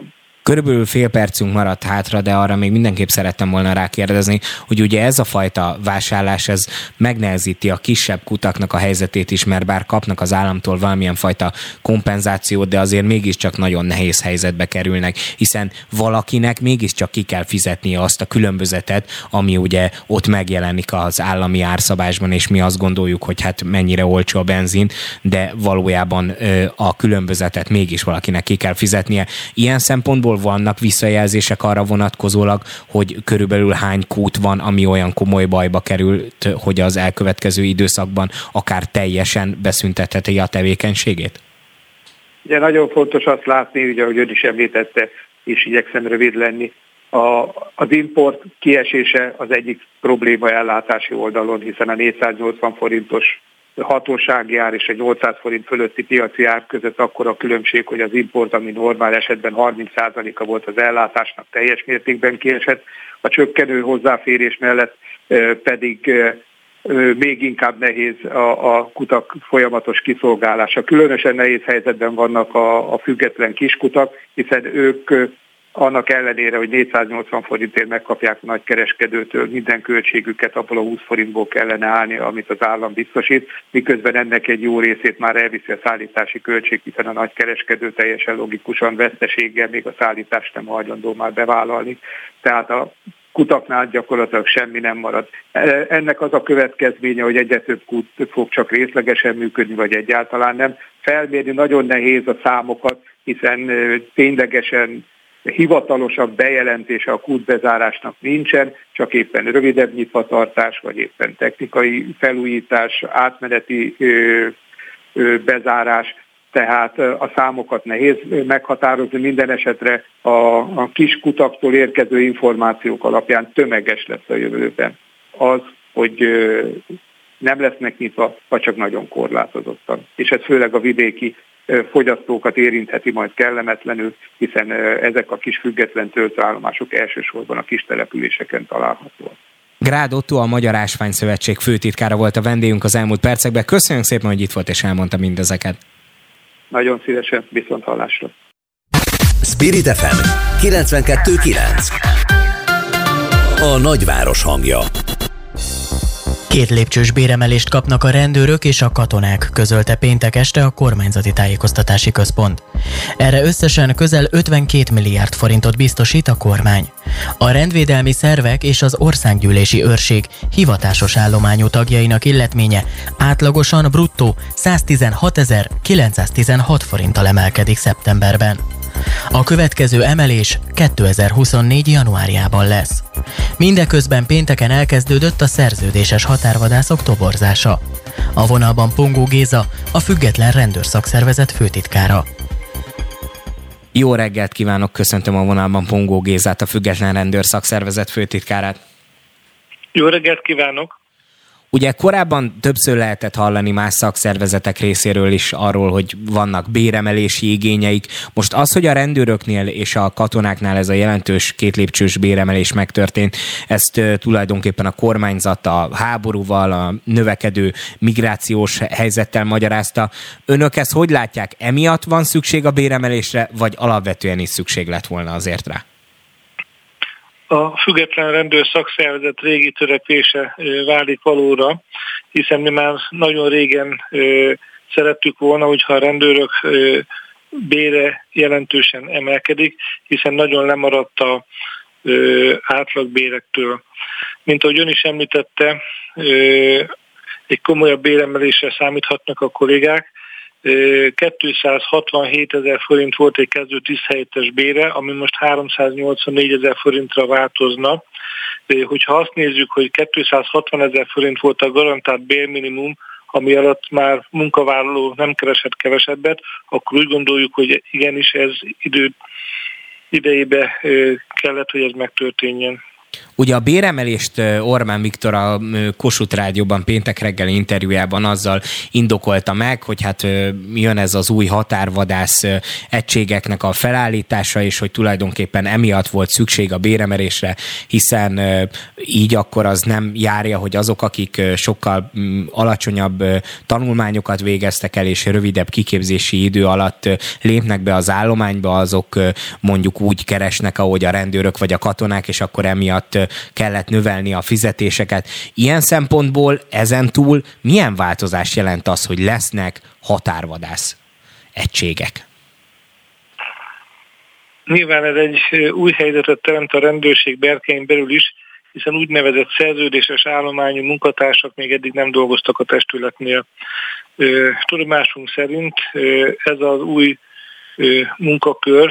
Körülbelül fél percünk maradt hátra, de arra még mindenképp szerettem volna rákérdezni, hogy ugye ez a fajta vásárlás, ez megnehezíti a kisebb kutaknak a helyzetét is, mert bár kapnak az államtól valamilyen fajta kompenzációt, de azért mégiscsak nagyon nehéz helyzetbe kerülnek, hiszen valakinek mégiscsak ki kell fizetnie azt a különbözetet, ami ugye ott megjelenik az állami árszabásban, és mi azt gondoljuk, hogy hát mennyire olcsó a benzin, de valójában a különbözetet mégis valakinek ki kell fizetnie. Ilyen szempontból vannak visszajelzések arra vonatkozólag, hogy körülbelül hány kút van, ami olyan komoly bajba került, hogy az elkövetkező időszakban akár teljesen beszüntetheti a tevékenységét? Ugye nagyon fontos azt látni, ugye, ahogy ön is említette, és igyekszem rövid lenni, az import kiesése az egyik probléma ellátási oldalon, hiszen a 480 forintos hatósági ár és egy 800 forint fölötti piaci ár között akkora a különbség, hogy az import, ami normál esetben 30%-a volt az ellátásnak, teljes mértékben kiesett, a csökkenő hozzáférés mellett pedig még inkább nehéz a kutak folyamatos kiszolgálása. Különösen nehéz helyzetben vannak a független kiskutak, hiszen ők annak ellenére, hogy 480 forintért megkapják a nagykereskedőtől minden költségüket, abból a 20 forintból kellene állni, amit az állam biztosít, miközben ennek egy jó részét már elviszi a szállítási költség, hiszen a nagykereskedő teljesen logikusan veszteséggel még a szállítást nem hajlandó már bevállalni. Tehát a kutaknál gyakorlatilag semmi nem marad. Ennek az a következménye, hogy egyre több kút fog csak részlegesen működni, vagy egyáltalán nem. Felmérni nagyon nehéz a számokat, hiszen ténylegesen hivatalosabb bejelentése a kútbezárásnak nincsen, csak éppen rövidebb nyitvatartás, vagy éppen technikai felújítás, átmeneti bezárás, tehát a számokat nehéz meghatározni, minden esetre a kis kutaktól érkező információk alapján tömeges lesz a jövőben az, hogy nem lesznek nyitva, vagy csak nagyon korlátozottan. És ez főleg a vidéki fogyasztókat érintheti majd kellemetlenül, hiszen ezek a kis független töltőállomások elsősorban a kis településeken találhatóak. Grád Ottó, a Magyar Ásványszövetség főtitkára volt a vendégünk az elmúlt percekben. Köszönjük szépen, hogy itt volt és elmondta mindezeket. Nagyon szívesen, viszont hallásra. Spirit FM 92.9. A nagyváros hangja. 2 lépcsős béremelést kapnak a rendőrök és a katonák, közölte péntek este a Kormányzati Tájékoztatási Központ. Erre összesen közel 52 milliárd forintot biztosít a kormány. A rendvédelmi szervek és az Országgyűlési Őrség hivatásos állományú tagjainak illetménye átlagosan bruttó 116.916 forinttal emelkedik szeptemberben. A következő emelés 2024. januárjában lesz. Mindeközben pénteken elkezdődött a szerződéses határvadászok toborzása. A vonalban Pongó Géza, a Független Rendőrszakszervezet főtitkára. Jó reggelt kívánok, köszöntöm a vonalban Pongó Gézát, a Független Rendőrszakszervezet főtitkárat. Jó reggelt kívánok! Ugye korábban többször lehetett hallani más szakszervezetek részéről is arról, hogy vannak béremelési igényeik. Most az, hogy a rendőröknél és a katonáknál ez a jelentős 2 lépcsős béremelés megtörtént, ezt tulajdonképpen a kormányzat a háborúval, a növekedő migrációs helyzettel magyarázta. Önök ezt hogy látják? Emiatt van szükség a béremelésre, vagy alapvetően is szükség lett volna azért rá? A Független Rendőrszakszervezet régi törekvése válik valóra, hiszen mi már nagyon régen szerettük volna, hogyha a rendőrök bére jelentősen emelkedik, hiszen nagyon lemaradt a átlagbérektől. Mint ahogy ön is említette, egy komolyabb béremelésre számíthatnak a kollégák. 267 000 forint volt egy kezdő tiszthelyettes bére, ami most 384 000 forintra változna. Hogyha azt nézzük, hogy 260 000 forint volt a garantált bérminimum, ami alatt már munkavállaló nem keresett kevesebbet, akkor úgy gondoljuk, hogy igenis ez idejébe kellett, hogy ez megtörténjen. Ugye a béremelést Orbán Viktor a Kossuth Rádióban péntek reggeli interjújában azzal indokolta meg, hogy hát jön ez az új határvadász egységeknek a felállítása, és hogy tulajdonképpen emiatt volt szükség a béremelésre, hiszen így akkor az nem járja, hogy azok, akik sokkal alacsonyabb tanulmányokat végeztek el, és rövidebb kiképzési idő alatt lépnek be az állományba, azok mondjuk úgy keresnek, ahogy a rendőrök vagy a katonák, és akkor emiatt kellett növelni a fizetéseket. Ilyen szempontból ezentúl milyen változás jelent az, hogy lesznek határvadász egységek? Nyilván ez egy új helyzetet teremt a rendőrség berkein belül is, hiszen úgynevezett szerződéses állományú munkatársak még eddig nem dolgoztak a testületnél. Tudomásunk szerint ez az új munkakör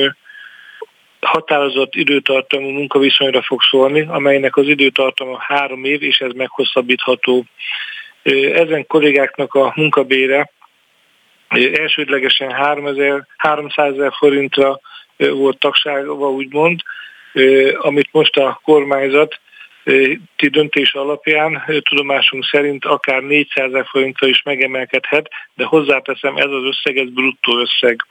határozott időtartamú munkaviszonyra fog szólni, amelynek az időtartama 3 év, és ez meghosszabbítható. Ezen kollégáknak a munkabére elsődlegesen 300 000 forintra volt tagsága, úgymond, amit most a kormányzat döntés alapján tudomásunk szerint akár 400 000 forintra is megemelkedhet, de hozzáteszem, ez az összeg, ez bruttó összeg.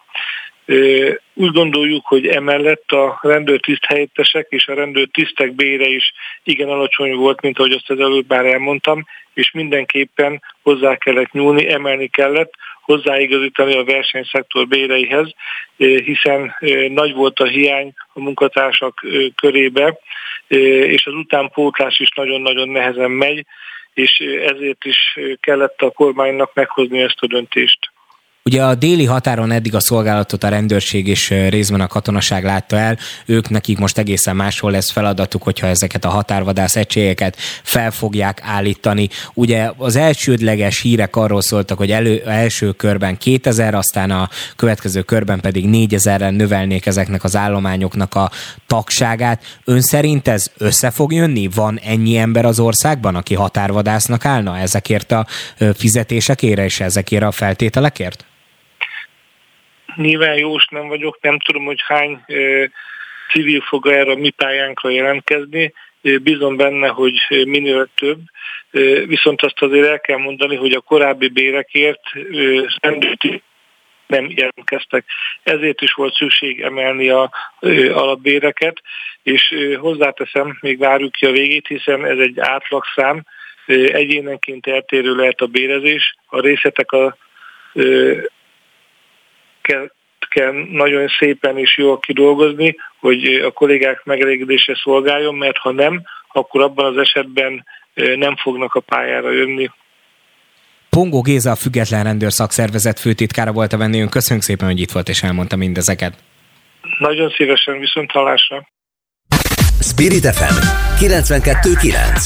Úgy gondoljuk, hogy emellett a rendőrtiszt helyettesek és a rendőrtisztek bére is igen alacsony volt, mint ahogy azt az előbb már elmondtam, és mindenképpen hozzá kellett nyúlni, emelni kellett, hozzáigazítani a versenyszektor béreihez, hiszen nagy volt a hiány a munkatársak körébe, és az utánpótlás is nagyon-nagyon nehezen megy, és ezért is kellett a kormánynak meghozni ezt a döntést. Ugye a déli határon eddig a szolgálatot a rendőrség és részben a katonaság látta el, ők nekik most egészen máshol lesz feladatuk, hogyha ezeket a határvadász egységeket fel fogják állítani. Ugye az elsődleges hírek arról szóltak, hogy első körben 2000, aztán a következő körben pedig 4000-re növelnék ezeknek az állományoknak a tagságát. Ön szerint ez össze fog jönni? Van ennyi ember az országban, aki határvadásznak állna ezekért a fizetésekért és ezekért a feltételekért? Nyilván jós nem vagyok, nem tudom, hogy hány civil fog erre a mi pályánkra jelentkezni. Bízom benne, hogy minél több. Viszont azt azért el kell mondani, hogy a korábbi bérekért rendőri nem jelentkeztek. Ezért is volt szükség emelni a alapbéreket, és hozzáteszem, még várjuk ki a végét, hiszen ez egy átlagszám, egyénenként eltérő lehet a bérezés, a részletek kell nagyon szépen és jól kidolgozni, hogy a kollégák megelégedésre szolgáljon, mert ha nem, akkor abban az esetben nem fognak a pályára jönni. Pongó Géza, a Független Rendőr Szakszervezet főtitkára volt a vendégünk. Köszönjük szépen, hogy itt volt és elmondta mindezeket. Nagyon szívesen, viszont hallásra. Spirit FM 92.9.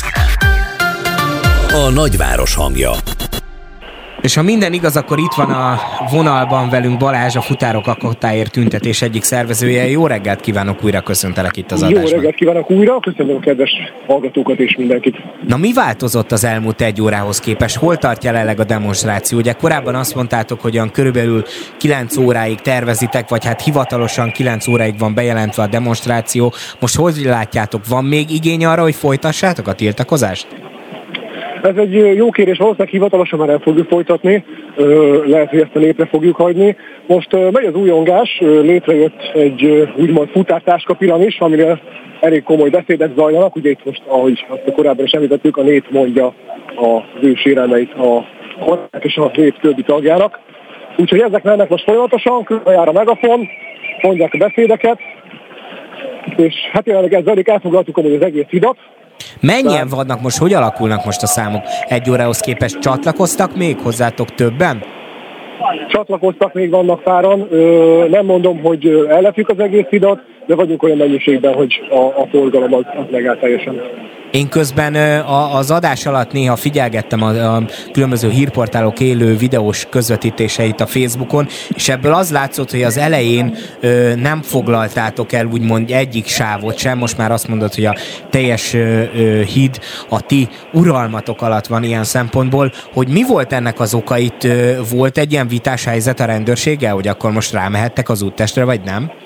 A nagyváros hangja. És ha minden igaz, akkor itt van a vonalban velünk Balázs, a Futárok Akadtáért tüntetés egyik szervezője. Jó reggelt kívánok, újra köszöntelek itt az adásban. Jó reggelt kívánok újra, köszönöm a kedves hallgatókat és mindenkit. Na, mi változott az elmúlt 1 órához képest? Hol tart jelenleg a demonstráció? Ugye korábban azt mondtátok, hogy olyan körülbelül 9 óráig tervezitek, vagy hát hivatalosan 9 óráig van bejelentve a demonstráció. Most hogy látjátok, van még igény arra, hogy folytassátok a tiltakozást? Ez egy jó kérdés, valószínűleg hivatalosan már el fogjuk folytatni, lehet, hogy ezt a népre fogjuk hagyni. Most megy az újongás, létrejött egy úgymond futártáska piramis, amire elég komoly beszédek zajlanak, ugye itt most, ahogy azt korábban is említettük, a nép mondja az ő sérelmeit a kormánynak és a nép többi tagjának. Úgyhogy ezek mennek most folyamatosan, körbejár a megafon, mondják a beszédeket, és hát jelenleg ezzel elfoglaltuk amúgy az egész hidat. Mennyien vannak most, hogy alakulnak most a számok? 1 órához képest csatlakoztak még hozzátok többen? Csatlakoztak, még vannak páran. Nem mondom, hogy ellepjük az egész hidat, de vagyunk olyan mennyiségben, hogy a forgalom az megáll teljesen. Én közben az adás alatt néha figyelgettem a különböző hírportálok élő videós közvetítéseit a Facebookon, és ebből az látszott, hogy az elején nem foglaltátok el úgymond egyik sávot sem, most már azt mondod, hogy a teljes híd a ti uralmatok alatt van ilyen szempontból, hogy mi volt ennek az oka? Itt volt egy ilyen vitás helyzet a rendőrséggel, hogy akkor most rámehettek az úttestre, vagy nem?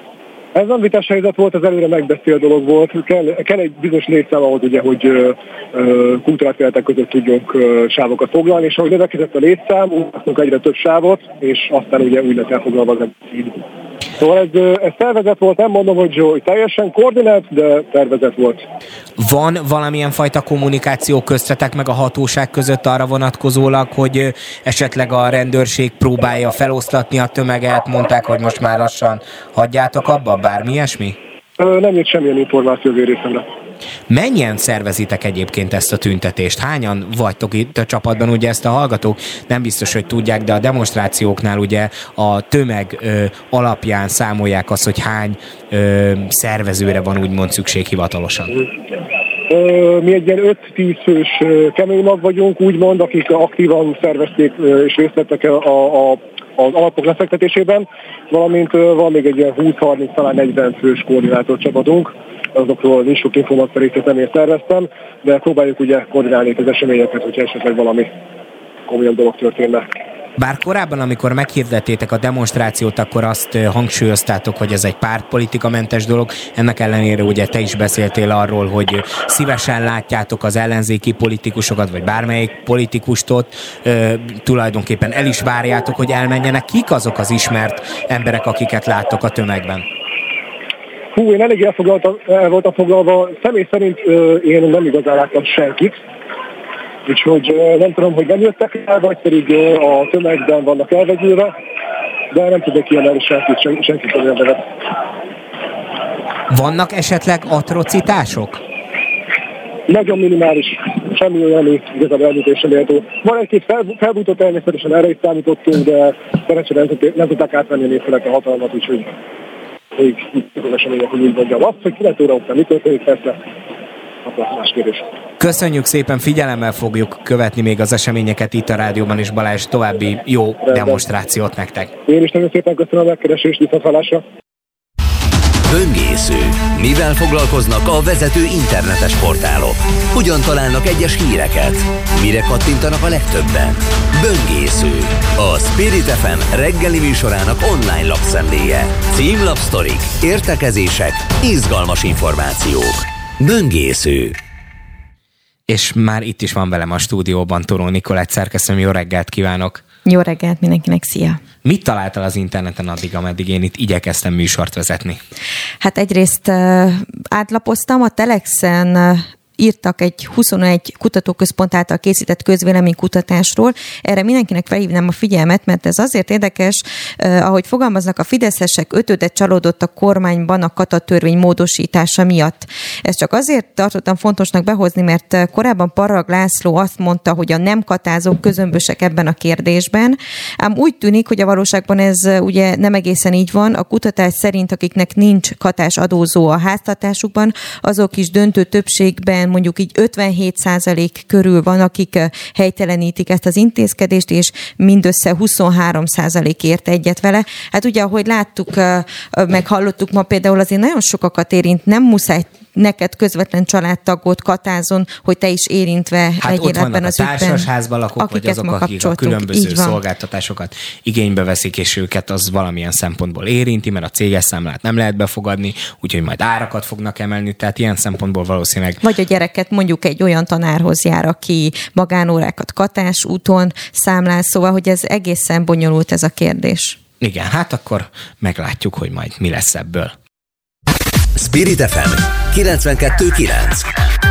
Ez nem vitás helyzet volt, ez előre megbeszélt dolog volt. Kell egy bizonyos létszám ahhoz, ugye, hogy kultúrátterületek között tudjunk sávokat foglalni, és ahogy növekedett a létszám, úgy kaptunk egyre több sávot, és aztán ugye úgy lett elfoglalva az így. Szóval ez tervezett volt, nem mondom, hogy teljesen koordinált, de tervezett volt. Van valamilyen fajta kommunikáció köztetek meg a hatóság között arra vonatkozólag, hogy esetleg a rendőrség próbálja feloszlatni a tömeget, mondták, hogy most már lassan hagyjátok abba, bármi ilyesmi? Nem jött semmilyen információ az ő részemre. Mennyien szervezitek egyébként ezt a tüntetést? Hányan vagytok itt a csapatban? Ugye ezt a hallgatók nem biztos, hogy tudják, de a demonstrációknál ugye a tömeg alapján számolják azt, hogy hány szervezőre van úgymond szükség hivatalosan. Mi egy ilyen 5-10 fős kemény mag vagyunk, úgymond, akik aktívan szervezték és részt vettek az alapok lefektetésében, valamint van még egy ilyen 20-30, talán 40 fős koordinátor csapatunk. Azokról nincs sok információt, nem én szerveztem, de próbáljuk ugye koordinálni az eseményeket, hogyha esetleg valami komolyabb dolog történne. Bár korábban, amikor meghirdettétek a demonstrációt, akkor azt hangsúlyoztátok, hogy ez egy pártpolitikamentes dolog. Ennek ellenére ugye te is beszéltél arról, hogy szívesen látjátok az ellenzéki politikusokat, vagy bármelyik politikustól, tulajdonképpen el is várjátok, hogy elmenjenek. Kik azok az ismert emberek, akiket láttok a tömegben? Hú, én elég el voltam foglalva. Személy szerint én nem igazán láttam senkit. Úgyhogy nem tudom, hogy nem jöttek el, vagy pedig a tömegben vannak elvegyülve, de nem tudok kiemelni senkit olyan nevet. Vannak esetleg atrocitások? Nagyon minimális. Semmi olyan, ami igazából elmítésre méltó. Van egy-két felbújtó, természetesen erre is számítottunk, de szerencsére nem tudták átvenni a népfelek a hatalmat, úgyhogy még az események, hogy úgy mondjam. Azt, hogy 9 óra után mi történik, persze, az más kérdés. Köszönjük szépen, figyelemmel fogjuk követni még az eseményeket itt a rádióban, és Balázs, további jó demonstrációt nektek. Én is nagyon szépen köszönöm a megkeresést, viszonthallásra. Böngésző. Mivel foglalkoznak a vezető internetes portálok? Hogyan találnak egyes híreket? Mire kattintanak a legtöbben? Böngésző. A Spirit FM reggeli műsorának online lapszemléje. Címlapsztorik, értekezések, izgalmas információk. Böngésző. És már itt is van velem a stúdióban Toró Nikolett szerkesztőm. Jó reggelt kívánok! Jó reggelt mindenkinek, szia! Mit találtál az interneten addig, ameddig én itt igyekeztem műsort vezetni? Hát egyrészt átlapoztam, a Telexen írtak egy 21 kutatóközpont által készített közvéleménykutatásról. Erre mindenkinek felhívnám a figyelmet, mert ez azért érdekes, ahogy fogalmaznak, a fideszesek 5/5 csalódott a kormányban a katatörvény módosítása miatt. Ezt csak azért tartottam fontosnak behozni, mert korábban Parrag László azt mondta, hogy a nem katázók közömbösek ebben a kérdésben, ám úgy tűnik, hogy a valóságban ez ugye nem egészen így van. A kutatás szerint, akiknek nincs katásadózó a háztartásukban, azok is döntő többségben mondjuk így 57% körül van, akik helytelenítik ezt az intézkedést, és mindössze 23% ért egyet vele. Hát ugye, ahogy láttuk, meg hallottuk ma például, azért nagyon sokakat érint, nem muszáj neked közvetlen családtagot katázon, hogy te is érintve legyél ebben az ügyben. Hát ott vannak a társasházban lakók, vagy azok, akik a különböző szolgáltatásokat igénybe veszik, és őket az valamilyen szempontból érinti, mert a céges számlát nem lehet befogadni, úgyhogy majd árakat fognak emelni, tehát ilyen szempontból valószínűleg. Vagy a gyereket mondjuk egy olyan tanárhoz jár, aki magánórákat katás úton számlál, szóval, hogy ez egészen bonyolult ez a kérdés. Igen, hát akkor meglátjuk, hogy majd mi lesz ebből. Spirit FM 92.9.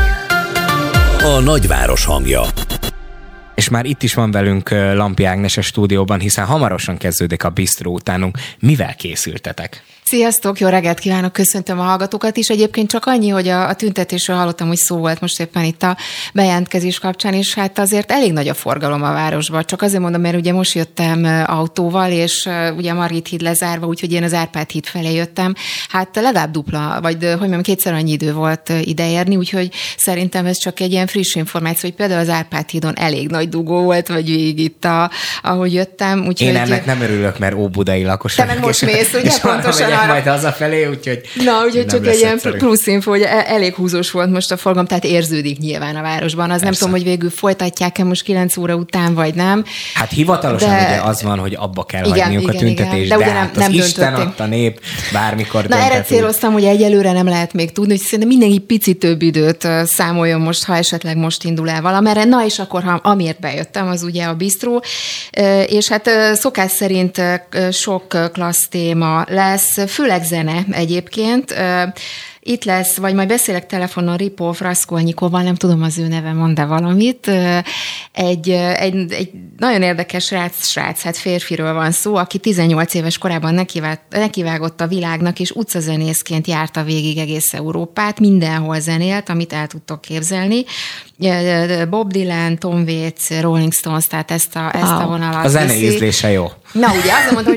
A nagyváros hangja. És már itt is van velünk Lampi Ágnes a stúdióban, hiszen hamarosan kezdődik a bisztró utánunk. Mivel készültetek? Sziasztok, jó reggelt kívánok, köszöntöm a hallgatókat is. Egyébként csak annyi, hogy a tüntetésről hallottam, hogy szó volt most éppen itt a bejelentkezés kapcsán, és hát azért elég nagy a forgalom a városban. Csak azért mondom, mert ugye most jöttem autóval, és ugye a Margit híd lezárva, úgyhogy én az Árpád híd felé jöttem. Hát legalább dupla, vagy hogy mondjam, kétszer annyi idő volt ideérni, úgyhogy szerintem ez csak egy ilyen friss információ, hogy például az Árpád hídon elég nagy dugó volt, vagy végig itt, ahogy jöttem. Úgyhogy én ennek nem örülök, mert óbudai lakos vagyok. Te meg most mész, ugye pontosan megyek majd hazafelé, úgyhogy úgyhogy csak egy ilyen plusz info, hogy elég húzós volt most a forgalom, tehát érződik nyilván a városban. Az persze. Nem tudom, hogy végül folytatják-e most 9 óra után, vagy nem. Hát hivatalosan ugye az van, hogy abba kell hagyniuk a tüntetést, de hát nem az Isten adta nép bármikor dönthet. Erre céloztam, hogy egyelőre nem lehet még tudni, hogy szerintem mindenki picit több időt számoljon most, ha esetleg most indul el valamerre. Na és akkor, amiért bejöttem, az ugye a bistró, és hát szokás szerint sok klassz téma lesz, főleg zene egyébként. Itt lesz, vagy majd beszélek telefonon Ripov Raskolnyikovval, nem tudom az ő neve, mond-e valamit. Egy nagyon érdekes srác, hát férfiről van szó, aki 18 éves korában nekivágott a világnak, és utcazenészként járta végig egész Európát, mindenhol zenélt, amit el tudtok képzelni. Bob Dylan, Tom Waits, Rolling Stones, tehát ezt a vonalat. A zene ízlése jó. Na ugye, azt mondtam,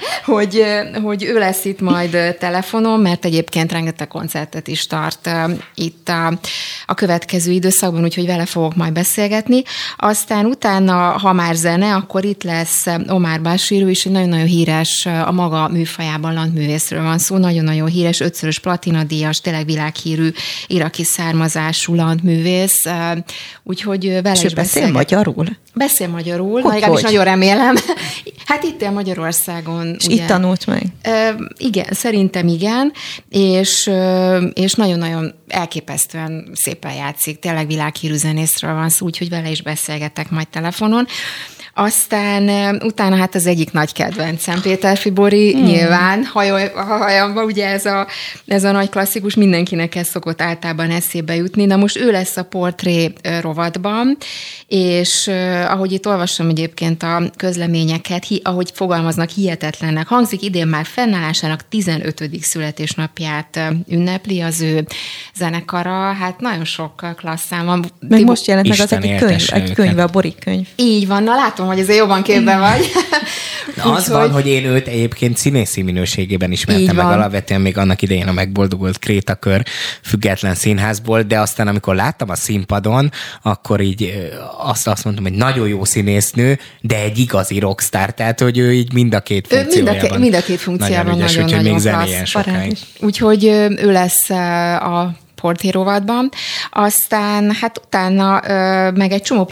hogy ő lesz itt majd telefonon, mert egyébként rengeteg koncertet is tart itt a következő időszakban, úgyhogy vele fogok majd beszélgetni. Aztán utána, ha már zene, akkor itt lesz Omar Bashir, ő is egy nagyon-nagyon híres, a maga műfajában landművészről van szó, nagyon-nagyon híres, 5-szörös platinadíjas, tényleg világhírű iraki származású landművész, úgyhogy vele is beszél magyarul? Beszél magyarul, legalábbis nagyon remélem. Hát itt él Magyarországon. És ugye, itt tanult meg? Igen, szerintem igen, és nagyon-nagyon elképesztően szépen játszik, tényleg világhírű zenészről van szó, úgyhogy vele is beszélgetek majd telefonon. Aztán utána hát az egyik nagy kedvencem, Péter Fibori, nyilván, hajamba, ugye ez a nagy klasszikus, mindenkinek ez szokott általában eszébe jutni. Na most ő lesz a portré rovatban, és ahogy itt olvasom egyébként a közleményeket, ahogy fogalmaznak, hihetetlennek hangzik, idén már fennállásának 15. születésnapját ünnepli az ő zenekara, hát nagyon sok klassz szám van. Meg most jelent meg az egy könyv, a Borik könyv. Így van, na látom, hogy ezért jobban képben vagy. Az van, hogy én őt egyébként színészi minőségében ismertem meg alapvetően még annak idején a megboldogult Krétakör független színházból, de aztán amikor láttam a színpadon, akkor így azt mondtam, hogy nagyon jó színésznő, de egy igazi rockstar, tehát hogy ő így mind a két funkciójában. Mind a két funkciójában nagyon klassz. Úgyhogy ő lesz a portré rovatban. Aztán hát utána meg egy csomó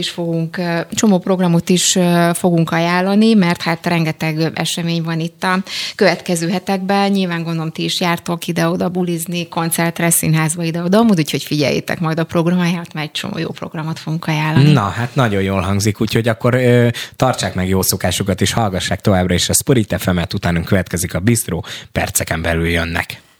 programot is fogunk ajánlani, mert hát rengeteg esemény van itt a következő hetekben. Nyilván gondolom, ti is jártok ide-oda bulizni, koncertre, színházba ide-oda, úgyhogy figyeljétek majd a programját, mert egy csomó jó programot fogunk ajánlani. Na, hát nagyon jól hangzik, úgyhogy akkor tartsák meg jó szokásukat, és hallgassák továbbra is a Spirit FM-et, utánunk következik a Bistró, perceken belül jönnek.